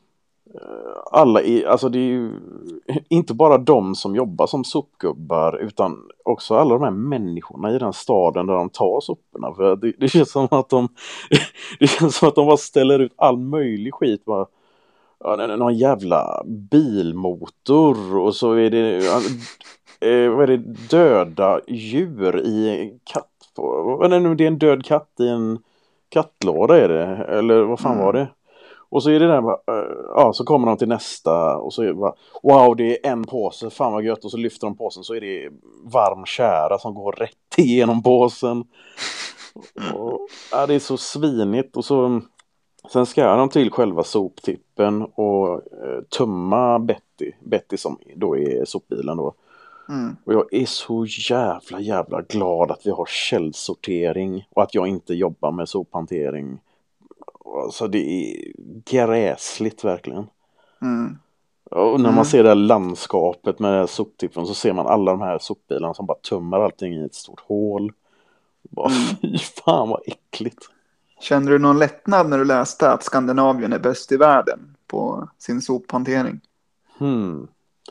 alla är, alltså det är ju inte bara de som jobbar som sopgubbar utan också alla de här människorna i den staden där de tar soporna. För det, det känns som att de det känns som att de bara ställer ut all möjlig skit. Bara, ja, någon jävla bilmotor och så är det, uh, vad är det döda djur i katt. Nej, det är en död katt i en kattlåda är det, eller vad fan mm. var det? Och så är det där, ja, så kommer de till nästa och så är det bara, wow, det är en påse, fan vad gött, och så lyfter de påsen så är det varm kära som går rätt igenom påsen. Och, ja, det är så svinigt. Och så sen ska de till själva soptippen och eh, tumma Betty, Betty som då är sopbilen då. Mm. Och jag är så jävla jävla glad att vi har källsortering och att jag inte jobbar med sophantering. Alltså det är gräsligt verkligen. Mm. Och när man mm. ser det här landskapet med soptippen så ser man alla de här sopbilarna som bara tummar allting i ett stort hål. Bara, mm. Fy fan vad äckligt. Känner du någon lättnad när du läste att Skandinavien är bäst i världen på sin sophantering? Hmm.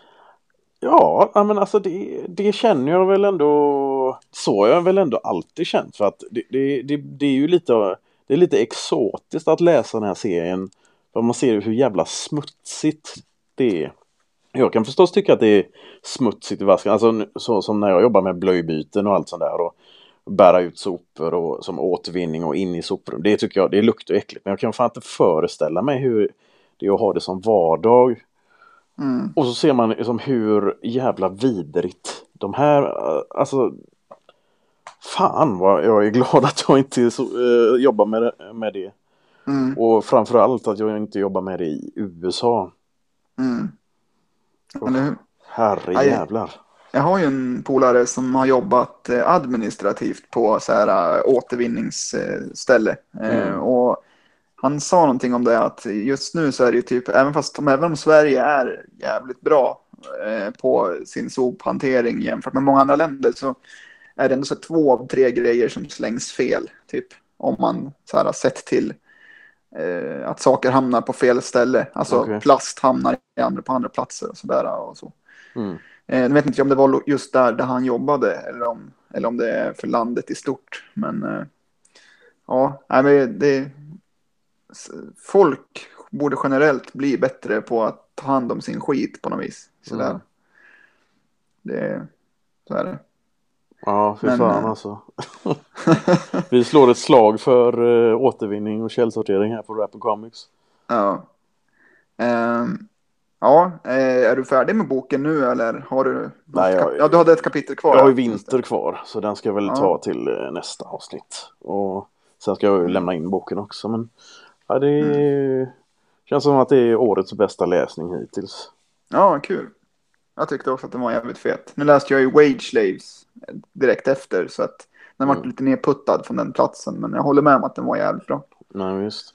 Ja, men alltså det, det känner jag väl ändå, så jag väl ändå alltid känt, för att det, det, det, det är ju lite, det är lite exotiskt att läsa den här serien, för man ser hur jävla smutsigt det är. Jag kan förstås tycka att det är smutsigt i vasken, alltså så som när jag jobbar med blöjbyten och allt sånt där och bära ut sopor och som återvinning och in i soprum. Det tycker jag, det luktar äckligt, men jag kan fan inte föreställa mig hur det är att ha det som vardag. Mm. Och så ser man liksom hur jävla vidrigt de här, alltså Fan vad jag är glad att jag inte så, uh, jobbar med det, med det. Mm. Och framförallt att jag inte jobbar med det i U S A. Mm. Oh, herre jävlar. Jag har ju en polare som har jobbat administrativt på så här återvinningsställe. Mm. Och han sa någonting om det, att just nu så är det ju typ, även fast även om Sverige är jävligt bra på sin sophantering jämfört med många andra länder, så är det ändå så två av tre grejer som slängs fel. Typ om man så här har sett till eh, att saker hamnar på fel ställe. Alltså okay. Plast hamnar i andra, på andra platser och sådär och så. Mm. Eh, jag vet inte om det var just där, där han jobbade eller om, eller om det är för landet i stort. Men eh, ja, nej, det, folk borde generellt bli bättre på att ta hand om sin skit på något vis. Sådär. Mm. Det, så är det. Ja, för fan alltså. Vi slår ett slag för uh, återvinning och källsortering här på Rap and Comics. Ja. Um, ja, är du färdig med boken nu eller har du? Nej, jag, ja, du hade ett kapitel kvar. Jag har ju vinter kvar, så den ska jag väl ja. ta till uh, nästa avsnitt. Och sen ska jag ju lämna in boken också. Men ja, det mm. känns som att det är årets bästa läsning hittills. Ja, kul. Jag tyckte också att den var jävligt fet. Nu läste jag ju Wage Slaves direkt efter, så att den var mm. lite nerputtad från den platsen. Men jag håller med om att den var jävligt bra. Nej, visst.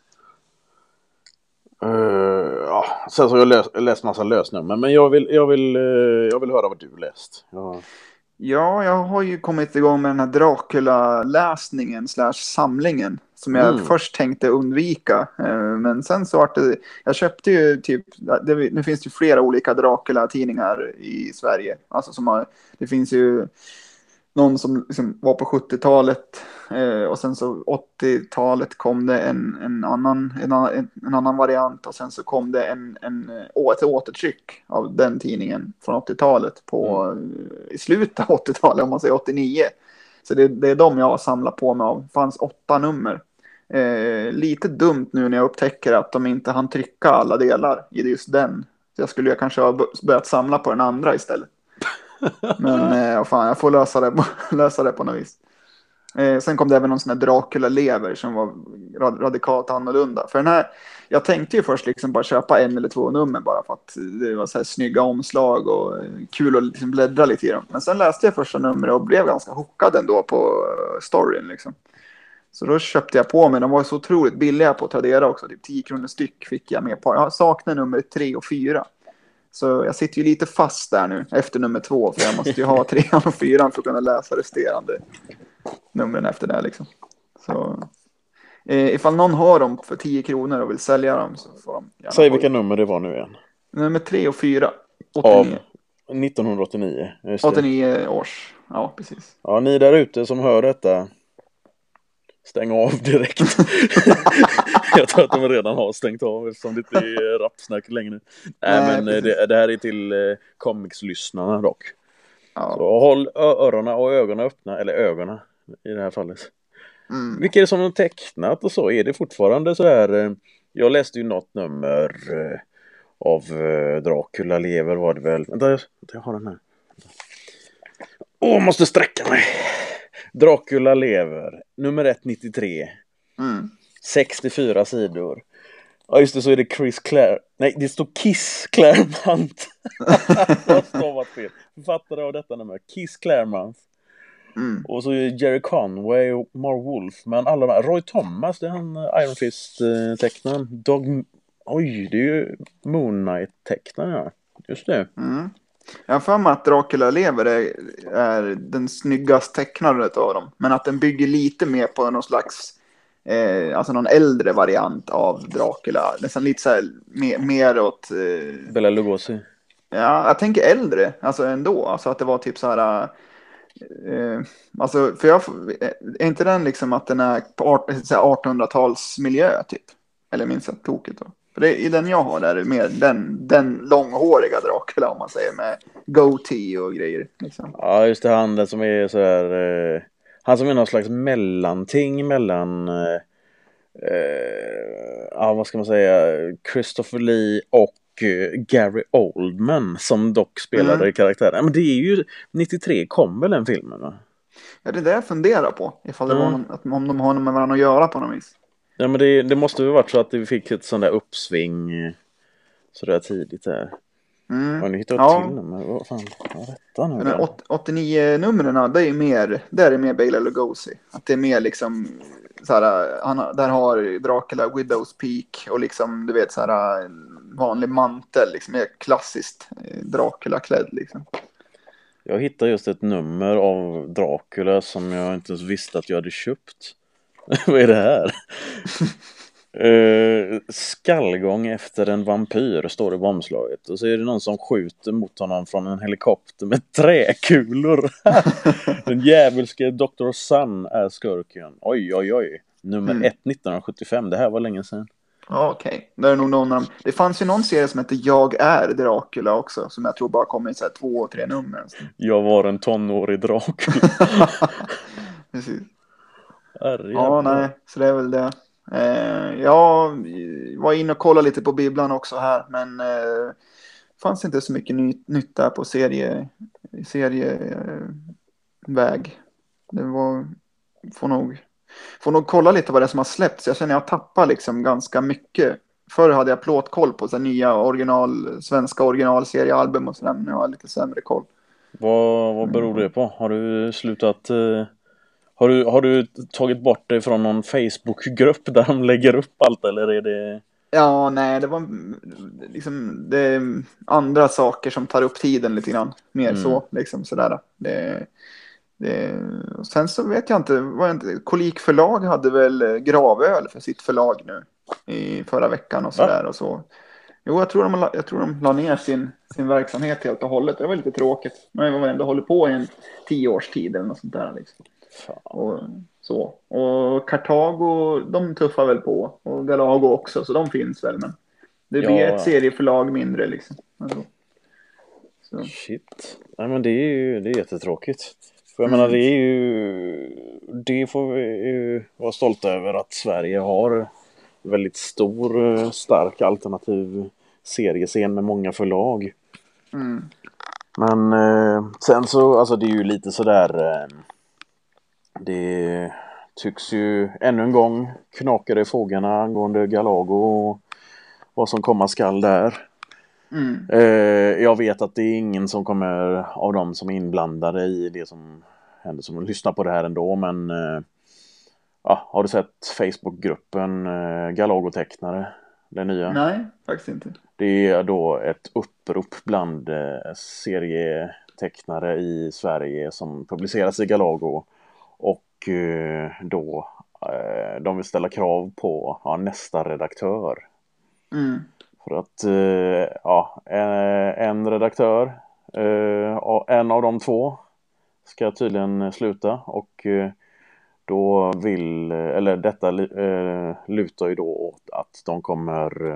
Uh, ja. Sen så har jag läst, läst massa lösnummer. Men jag vill, jag, vill, uh, jag vill höra vad du läst. Ja. Ja, jag har ju kommit igång med den här Dracula-läsningen slash samlingen som jag mm. först tänkte undvika. Men sen så var det, jag köpte ju typ, det, nu finns det ju flera olika Dracula-tidningar i Sverige. Alltså som har, det finns ju någon som liksom var på sjuttiotalet och sen så åttiotalet kom det en, en, annan, en, annan, en annan variant och sen så kom det en, en, ett återtryck av den tidningen från åttiotalet på, mm. i slutet av åttiotalet om man säger åttionio. Så det, det är de jag har samlat på mig av. Det fanns åtta nummer. Eh, lite dumt nu när jag upptäcker att de inte hann trycka alla delar i just den. Så jag skulle ju kanske ha börjat samla på den andra istället. Men eh, fan, jag får lösa det, lösa det på något vis. Eh, sen kom det även någon sån här Dracula-lever som var rad- radikalt annorlunda. För den här, jag tänkte ju först liksom bara köpa en eller två nummer bara för att det var så här snygga omslag och kul att liksom bläddra lite i dem. Men sen läste jag första numret och blev ganska hookad ändå på storyn liksom. Så då köpte jag på mig, de var så otroligt billiga på Tradera också, typ tio kronor styck fick jag med på. Jag saknar nummer tre och fyra. Så jag sitter ju lite fast där nu efter nummer två. För jag måste ju ha trean och fyran för att kunna läsa resterande numren efter det liksom. Så eh, ifall någon har dem för tio kronor och vill sälja dem så får de gärna. Säg vilka nummer det var nu igen. Nummer tre och fyra. åttionio. Av nittonhundraåttionio. Just det. åttionio års. Ja, precis. Ja, ni där ute som hör detta, stäng av direkt. Jag tror att de redan har stängt av eftersom det inte är rapsnack längre. Nej, Nej men det, det här är till eh, comics-lyssnarna dock. Ja. Så håll öronen och ögonen öppna, eller ögonen i det här fallet. Mm. Vilka är det som har tecknat och så? Är det fortfarande så här? Eh, jag läste ju något nummer eh, av eh, Dracula lever var det väl. Vänta, jag, jag har den här. Åh, måste sträcka mig. Dracula lever, nummer ett nittiotre. Mm. sextiofyra sidor. Ja just det, så är det Chris Clare. Nej, det står Kiss Claremont. Jag har stavat fel. Författare av detta nummer, Kiss Claremont. Mm. Och så är Jerry Conway och Marv Wolf. Men alla de här, Roy Thomas, det är han Iron Fist-tecknaren. Dog... Oj, det är ju Moon Knight-tecknaren, ja. Just det. Mm. Jag har för mig att Dracula lever är, är den snyggaste tecknaren av dem. Men att den bygger lite mer på någon slags, eh, alltså någon äldre variant av Dracula. Nästan lite så här mer, mer åt... Eh, Bela Lugosi. Ja, jag tänker äldre, alltså ändå. Alltså att det var typ så här... Eh, alltså, för jag... Är inte den liksom att den är på artonhundratals-miljö typ? Eller minst att tokigt då? För det, i den jag har där är mer den, den långhåriga Dracula om man säger med goatee och grejer. Liksom. Ja just det, han den som är så här, eh, han som är någon slags mellanting mellan eh, eh, ja vad ska man säga, Christopher Lee och eh, Gary Oldman som dock spelade mm. karaktären. Men det är ju nittiotre kom väl den filmen va? Ja, det är det jag funderar på. Ifall det var Mm. någon, att, om de har något med varandra att göra på något vis. Ja, men det, det måste ju varit så att vi fick ett sånt där uppsving eh, så där tidigt där. Mm. Ja, nu hittar jag Ja, till, men vad fan, vad är detta nu den här då? åt- åttionio-numren, det är ju mer, där är mer Bela Lugosi. Att det är mer liksom, så här, han, har- där har Dracula Widow's Peak och liksom, du vet, så här en vanlig mantel, liksom, mer klassiskt eh, Dracula-klädd liksom. Jag hittade just ett nummer av Dracula som jag inte ens visste att jag hade köpt. Vad är det här? Uh, skallgång efter en vampyr står det på omslaget. Och så är det någon som skjuter mot honom från en helikopter med träkulor. Den djävulske doktor Sun är skurken. Oj, oj, oj. Nummer Mm. ett nittonhundrasjuttiofem. Det här var länge sedan. Ja, okej. Okay. Det är nog någon av dem. Det fanns ju någon serie som heter Jag är Dracula också, som jag tror bara kom i så här två, tre nummer. Jag var en tonårig Dracula. Precis. Herre Ja, jävlar. nej, så det är väl det. Eh, jag var inne och kollade lite på bibblan också här, men eh, fanns inte så mycket ny, nytt där på serie, serieväg. Eh, det var, får nog, får nog kolla lite vad det är som har släppts. Jag känner att jag tappar liksom ganska mycket. Förr hade jag plåtkoll på så här nya original, svenska originalseriealbum och sådär, men nu har jag lite sämre koll. Vad, vad beror det på? Har du slutat... Eh... Har du, har du tagit bort det från någon Facebookgrupp där de lägger upp allt, eller är det... Ja, nej, det var liksom det är andra saker som tar upp tiden lite grann. Mer Mm. så, liksom sådär. Det, det, och sen så vet jag inte, var inte, Kolik förlag hade väl Gravöl för sitt förlag nu i förra veckan och sådär och så. Jo, jag tror de, la- jag tror de la ner sin, sin verksamhet helt och hållet. Det var lite tråkigt. Men de har ändå hållit på i en tio års tid eller något sånt där liksom. Fan. Och så. Och Kartago, de tuffar väl på. Och Galago också, så de finns väl. Men det blir Ja. ett serieförlag mindre liksom. Alltså. Så. Shit. Nej, men det är ju det är jättetråkigt. För jag Mm. menar, det är ju... Det får vi ju vara stolta över, att Sverige har väldigt stor, stark alternativ seriescen med många förlag. Mm. Men eh, sen så, alltså det är ju lite sådär... Eh, det tycks ju ännu en gång knaka det i fogarna angående Galago och vad som komma skall där. Mm. Eh, jag vet att det är ingen som kommer av dem som är inblandade i det som händer som lyssnar på det här ändå, men eh, ja, har du sett Facebookgruppen eh, Galago-tecknare, den nya? Nej, faktiskt inte. Det är då ett upprop bland eh, serietecknare i Sverige som publiceras i Galago, och eh, då eh, de vill ställa krav på ja, nästa redaktör. Mm. För att eh, ja, en redaktör, eh, en av de två ska tydligen sluta, och eh, då vill, eller detta eh, lutar ju då åt att de kommer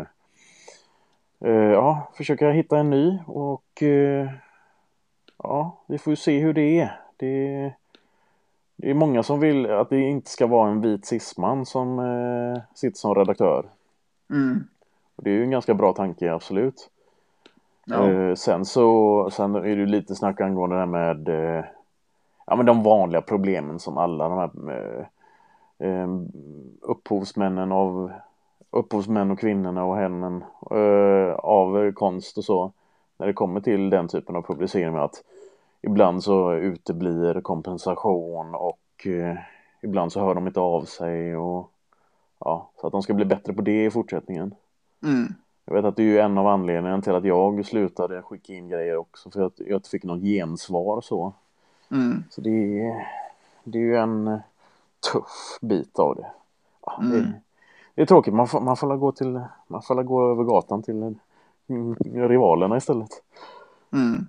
eh, ja, försöka hitta en ny, och eh, ja, vi får ju se hur det är. Det, det är många som vill att det inte ska vara en vit cisman som eh, sitter som redaktör. Mm. Det är ju en ganska bra tanke, absolut. Ja. Eh, sen så sen är det ju lite snack angående det här med eh, ja, men de vanliga problemen som alla de här eh, eh, upphovsmännen av upphovsmän och kvinnorna och hemmen eh, av konst och så, när det kommer till den typen av publicering, med att ibland så uteblir kompensation, och eh, ibland så hör de inte av sig, och ja, så att de ska bli bättre på det i fortsättningen. Mm. Jag vet att det är ju en av anledningarna till att jag slutade skicka in grejer också, för att jag inte fick något gensvar och så. Mm. Så det är, det är ju en tuff bit av det. Ja, det, Mm. det är tråkigt, man får, man får la gå till man får la gå över gatan till mm, rivalerna istället. Mm.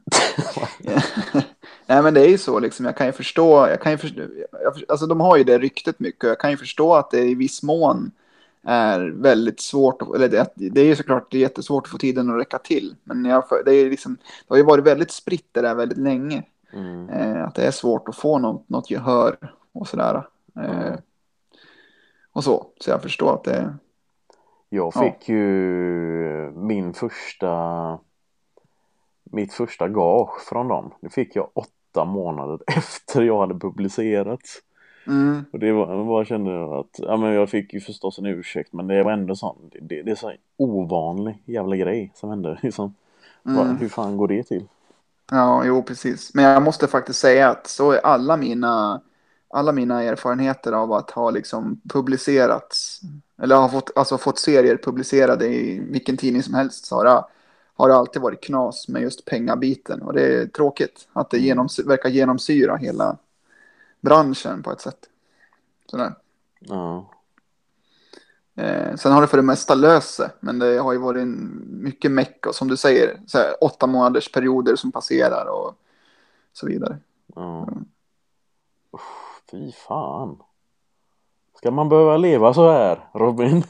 Nej, men det är ju så liksom, jag kan ju förstå, jag kan ju förstå jag, alltså de har ju det ryktet mycket, och jag kan ju förstå att det i viss mån är väldigt svårt att, eller det, det är ju såklart det är jättesvårt att få tiden att räcka till, men jag, det är liksom, det har ju varit väldigt spritt det där väldigt länge, Mm. eh, att det är svårt att få något, något gehör och sådär, eh, Mm. och så, så jag förstår att det Jag ja. fick ju min första mitt första gage från dem. Det fick jag åtta månader efter jag hade publicerats. Mm. Och det var, jag bara kände att ja, men jag fick ju förstås en ursäkt, men det var ändå sån, det, det är så ovanlig jävla grej som hände. Liksom. Mm. Bara, hur fan går det till? Ja, jo precis. Men jag måste faktiskt säga att så är alla mina, alla mina erfarenheter av att ha liksom publicerats, eller har fått, alltså fått serier publicerade i vilken tidning som helst, så har det, har det alltid varit knas med just pengabiten. Och det är tråkigt att det genoms, verkar genomsyra hela branschen på ett sätt. Sådär. Ja. Eh, sen har det för det mesta löst sig, men det har ju varit en, mycket meck och som du säger, så här, åtta månaders perioder som passerar och så vidare. Ja. Uff, fy fan. Ska man behöva leva så här, Robin?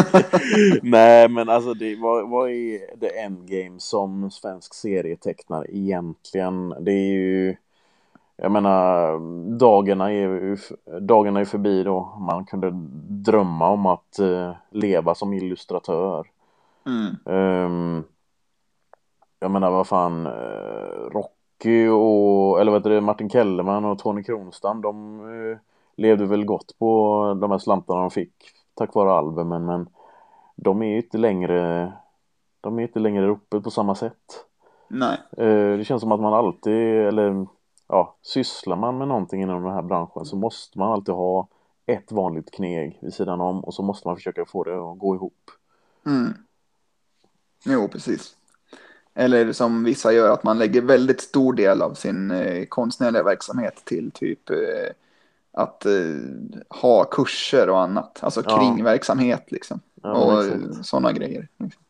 Nej, men alltså det, vad, vad är det endgame som svensk serietecknare egentligen? Det är ju, jag menar, dagarna är, dagarna är förbi då man kunde drömma om att uh, leva som illustratör. Mm. Um, jag menar, vad fan, uh, Rocky och, eller vad heter det, Martin Kellerman och Tony Kronstam, de uh, levde väl gott på de här slantarna de fick tack vare albumen, men de är ju inte längre, de är inte längre uppe på samma sätt. Nej. Uh, det känns som att man alltid, eller ja, sysslar man med någonting inom den här branschen så måste man alltid ha ett vanligt kneg vid sidan om och så måste man försöka få det att gå ihop. Mm. Jo, precis. Eller som vissa gör, att man lägger väldigt stor del av sin eh, konstnärliga verksamhet till typ eh, att eh, ha kurser och annat. Alltså Ja. kringverksamhet liksom. Ja, och exakt. sådana grejer. Liksom.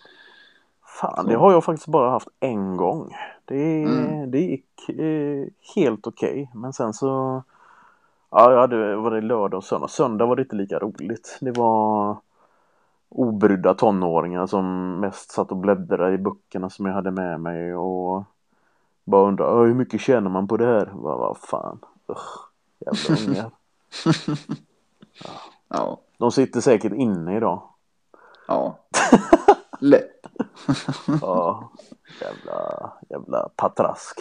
Fan, Så. det har jag faktiskt bara haft en gång. Det, Mm. det gick eh, helt okej. Men sen så, ja, ja, det var det lördag och söndag. Söndag var det inte lika roligt. Det var obrydda tonåringar som mest satt och bläddrade i böckerna som jag hade med mig och bara undrade, hur mycket tjänar man på det här? Vad, vad fan? Ugh, jävla ungar. Ja. Ja. De sitter säkert inne idag. Ja. Lätt. Ja, jävla, jävla patrask.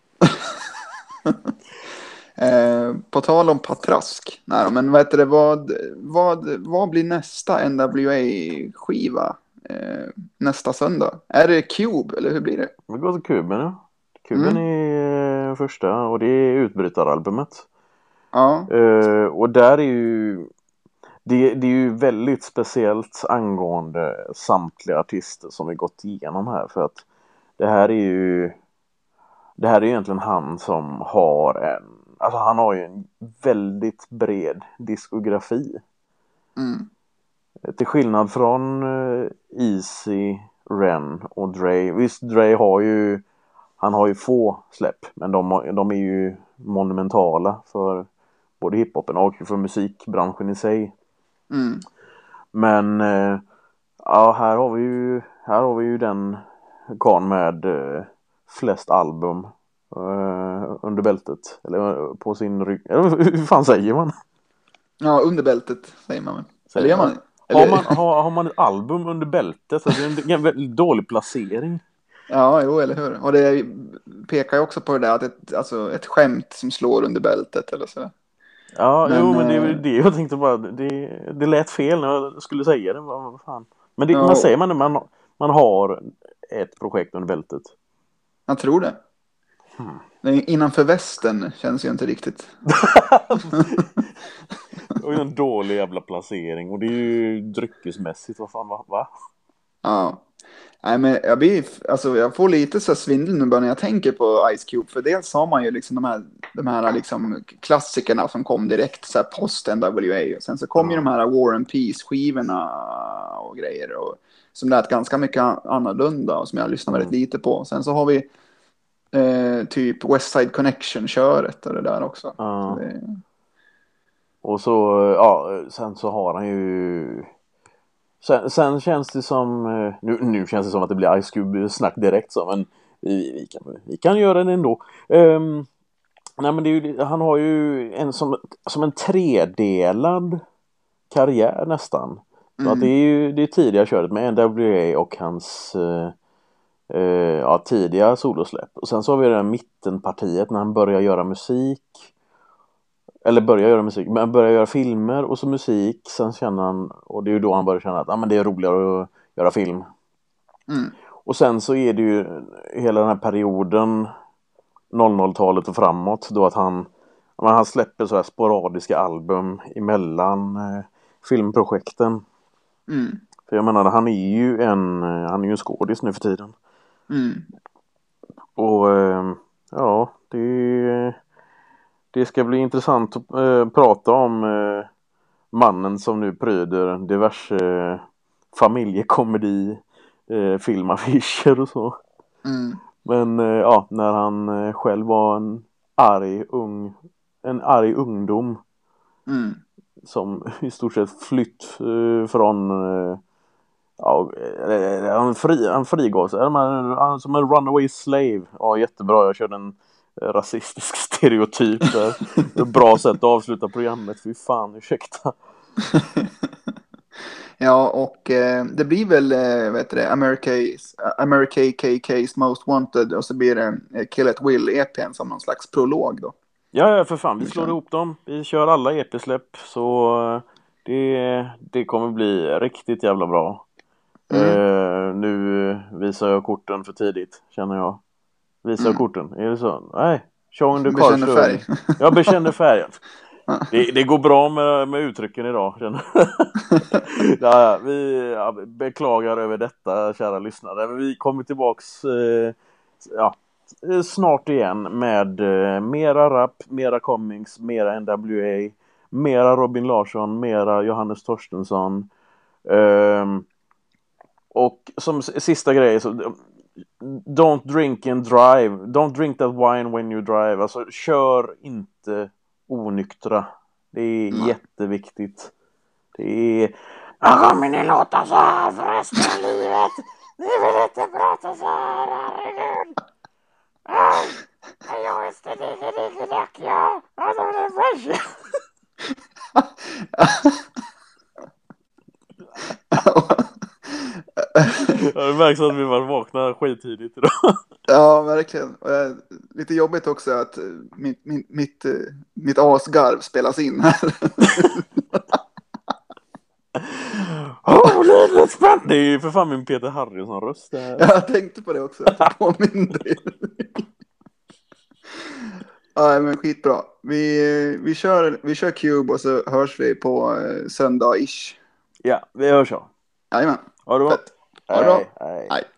Eh, på tal om patrask. Nej, men vad heter det, vad, vad, vad blir nästa N W A-skiva eh, nästa söndag? Är det Cube eller hur blir det? Vi går till Kuben, ja. Kuben Mm. är första och det är utbrytaralbumet. Ja. Uh, och där är ju det, det är ju väldigt speciellt angående samtliga artister som vi gått igenom här, för att det här är ju det här är egentligen han som har en, alltså han har ju en väldigt bred diskografi. Mm. Till skillnad från uh, Easy, Ren och Dre. Visst, Dre har ju han har ju få släpp, men de, de är ju monumentala för både hiphopen och för musikbranschen i sig. Mm. Men uh, ja, här har vi ju här har vi ju den karln med uh, flest album uh, under bältet, eller uh, på sin rygg. Eller hur fan säger man? Ja, under bältet säger man. Säger Eller gör man? man? Eller... Har, man, har, har man ett album under bältet så det är en, en väldigt dålig placering. Ja, jo, eller hur? Och det pekar ju också på det där att ett, alltså ett skämt som slår under bältet eller så. Ja, Men, jo, men det är eh, ju det jag tänkte bara, det, det lät fel när jag skulle säga det. Vad, vad fan. Men det, Ja. man säger man det, man, man har ett projekt under bältet. Jag tror det. Hmm. Det innanför västen känns ju inte riktigt. Och en dålig jävla placering. Och det är ju dryckesmässigt, vad fan, va? va? Ja. Nej, men jag blir, alltså jag får lite så här svindel nu bara när jag tänker på Ice Cube. För dels har man ju liksom de här, de här liksom klassikerna som kom direkt så här post N W A. Och sen så kom Ja. ju de här War and Peace-skivorna och grejer. Och, som lät ganska mycket annorlunda och som jag lyssnar väldigt Mm. lite på. Sen så har vi eh, typ West Side Connection-köret och det där också. Ja. Så det... Och så, ja, sen så har han ju... Sen, sen känns det som... Nu, nu känns det som att det blir Ice Cube-snack direkt så, men vi, vi, kan, vi kan göra det ändå. Um, nej, men det är ju, han har ju en som, som en tredelad karriär nästan. Så Mm. att det är ju det är tidiga köret med N W A och hans uh, eh, ja, tidiga solosläpp. Och sen så har vi det där mittenpartiet när han börjar göra musik. Eller börjar göra musik, men börjar göra filmer och så musik. Sen känner han, och det är ju då han börjar känna att ah, men det är roligare att göra film. Mm. Och sen så är det ju hela den här perioden noll noll-talet och framåt då att han, han släpper så här sporadiska album emellan eh, filmprojekten. Mm. För jag menar, han är ju en han är ju en skådis nu för tiden. Mm. Och eh, ja, det det ska bli intressant att eh, prata om eh, mannen som nu pryder diverse eh, familjekomedi eh, filmaffischer och så. Mm. Men eh, ja, när han eh, själv var en arg ung en arg ungdom Mm. som i stort sett flytt eh, från eh, ja, eh, han fri han frigav sig, han som en runaway slave. Ja, jättebra. Jag körde en eh, rasistisk stereotyp där. Det är ett bra sätt att avsluta programmet. Fy fan, ursäkta. Ja, och eh, det blir väl, eh, vet du det, America's, America K K's Most Wanted och så blir det eh, Kill It Will-E P:n som någon slags prolog då. Ja, ja, för fan. Vi slår ihop dem. Vi kör alla E P-släpp. Så eh, det, det kommer bli riktigt jävla bra. Mm. Uh, nu visar jag korten för tidigt, känner jag. Visar jag Mm. korten? Är det så? Nej. Showing the Bekänner cards. färg. Jag bekänner färgen. Det, det går bra med, med uttrycken idag, känner ja, ja, vi ja, beklagar över detta, kära lyssnare. Men vi kommer tillbaks eh, ja, snart igen med eh, mera rap, mera comics, mera N W A, mera Robin Larsson, mera Johannes Torstensson. Um, och som sista grej så don't drink and drive. Don't drink that wine when you drive. Alltså kör inte onyktra. Det är mm. jätteviktigt. Det är ja, men ni låter så här för resten av livet. Ni vill inte prata så här, herregud. Jag är ständigt ja. Alltså det är fresh. Det märks att vi var vakna skittidigt idag. Ja, verkligen. Lite jobbigt också att mitt, mitt, mitt, mitt asgarv spelas in här. Oh, det är spännande. Det är ju för fan min Peter Harrison-röst. Jag tänkte på det också. Jag påminner dig. Ja, men skitbra. Vi, vi, kör, vi kör Cube och så hörs vi på söndag-ish. Ja, vi hörs så. Jajamän. Ha det bra. Ha det bra. Hej. Hej.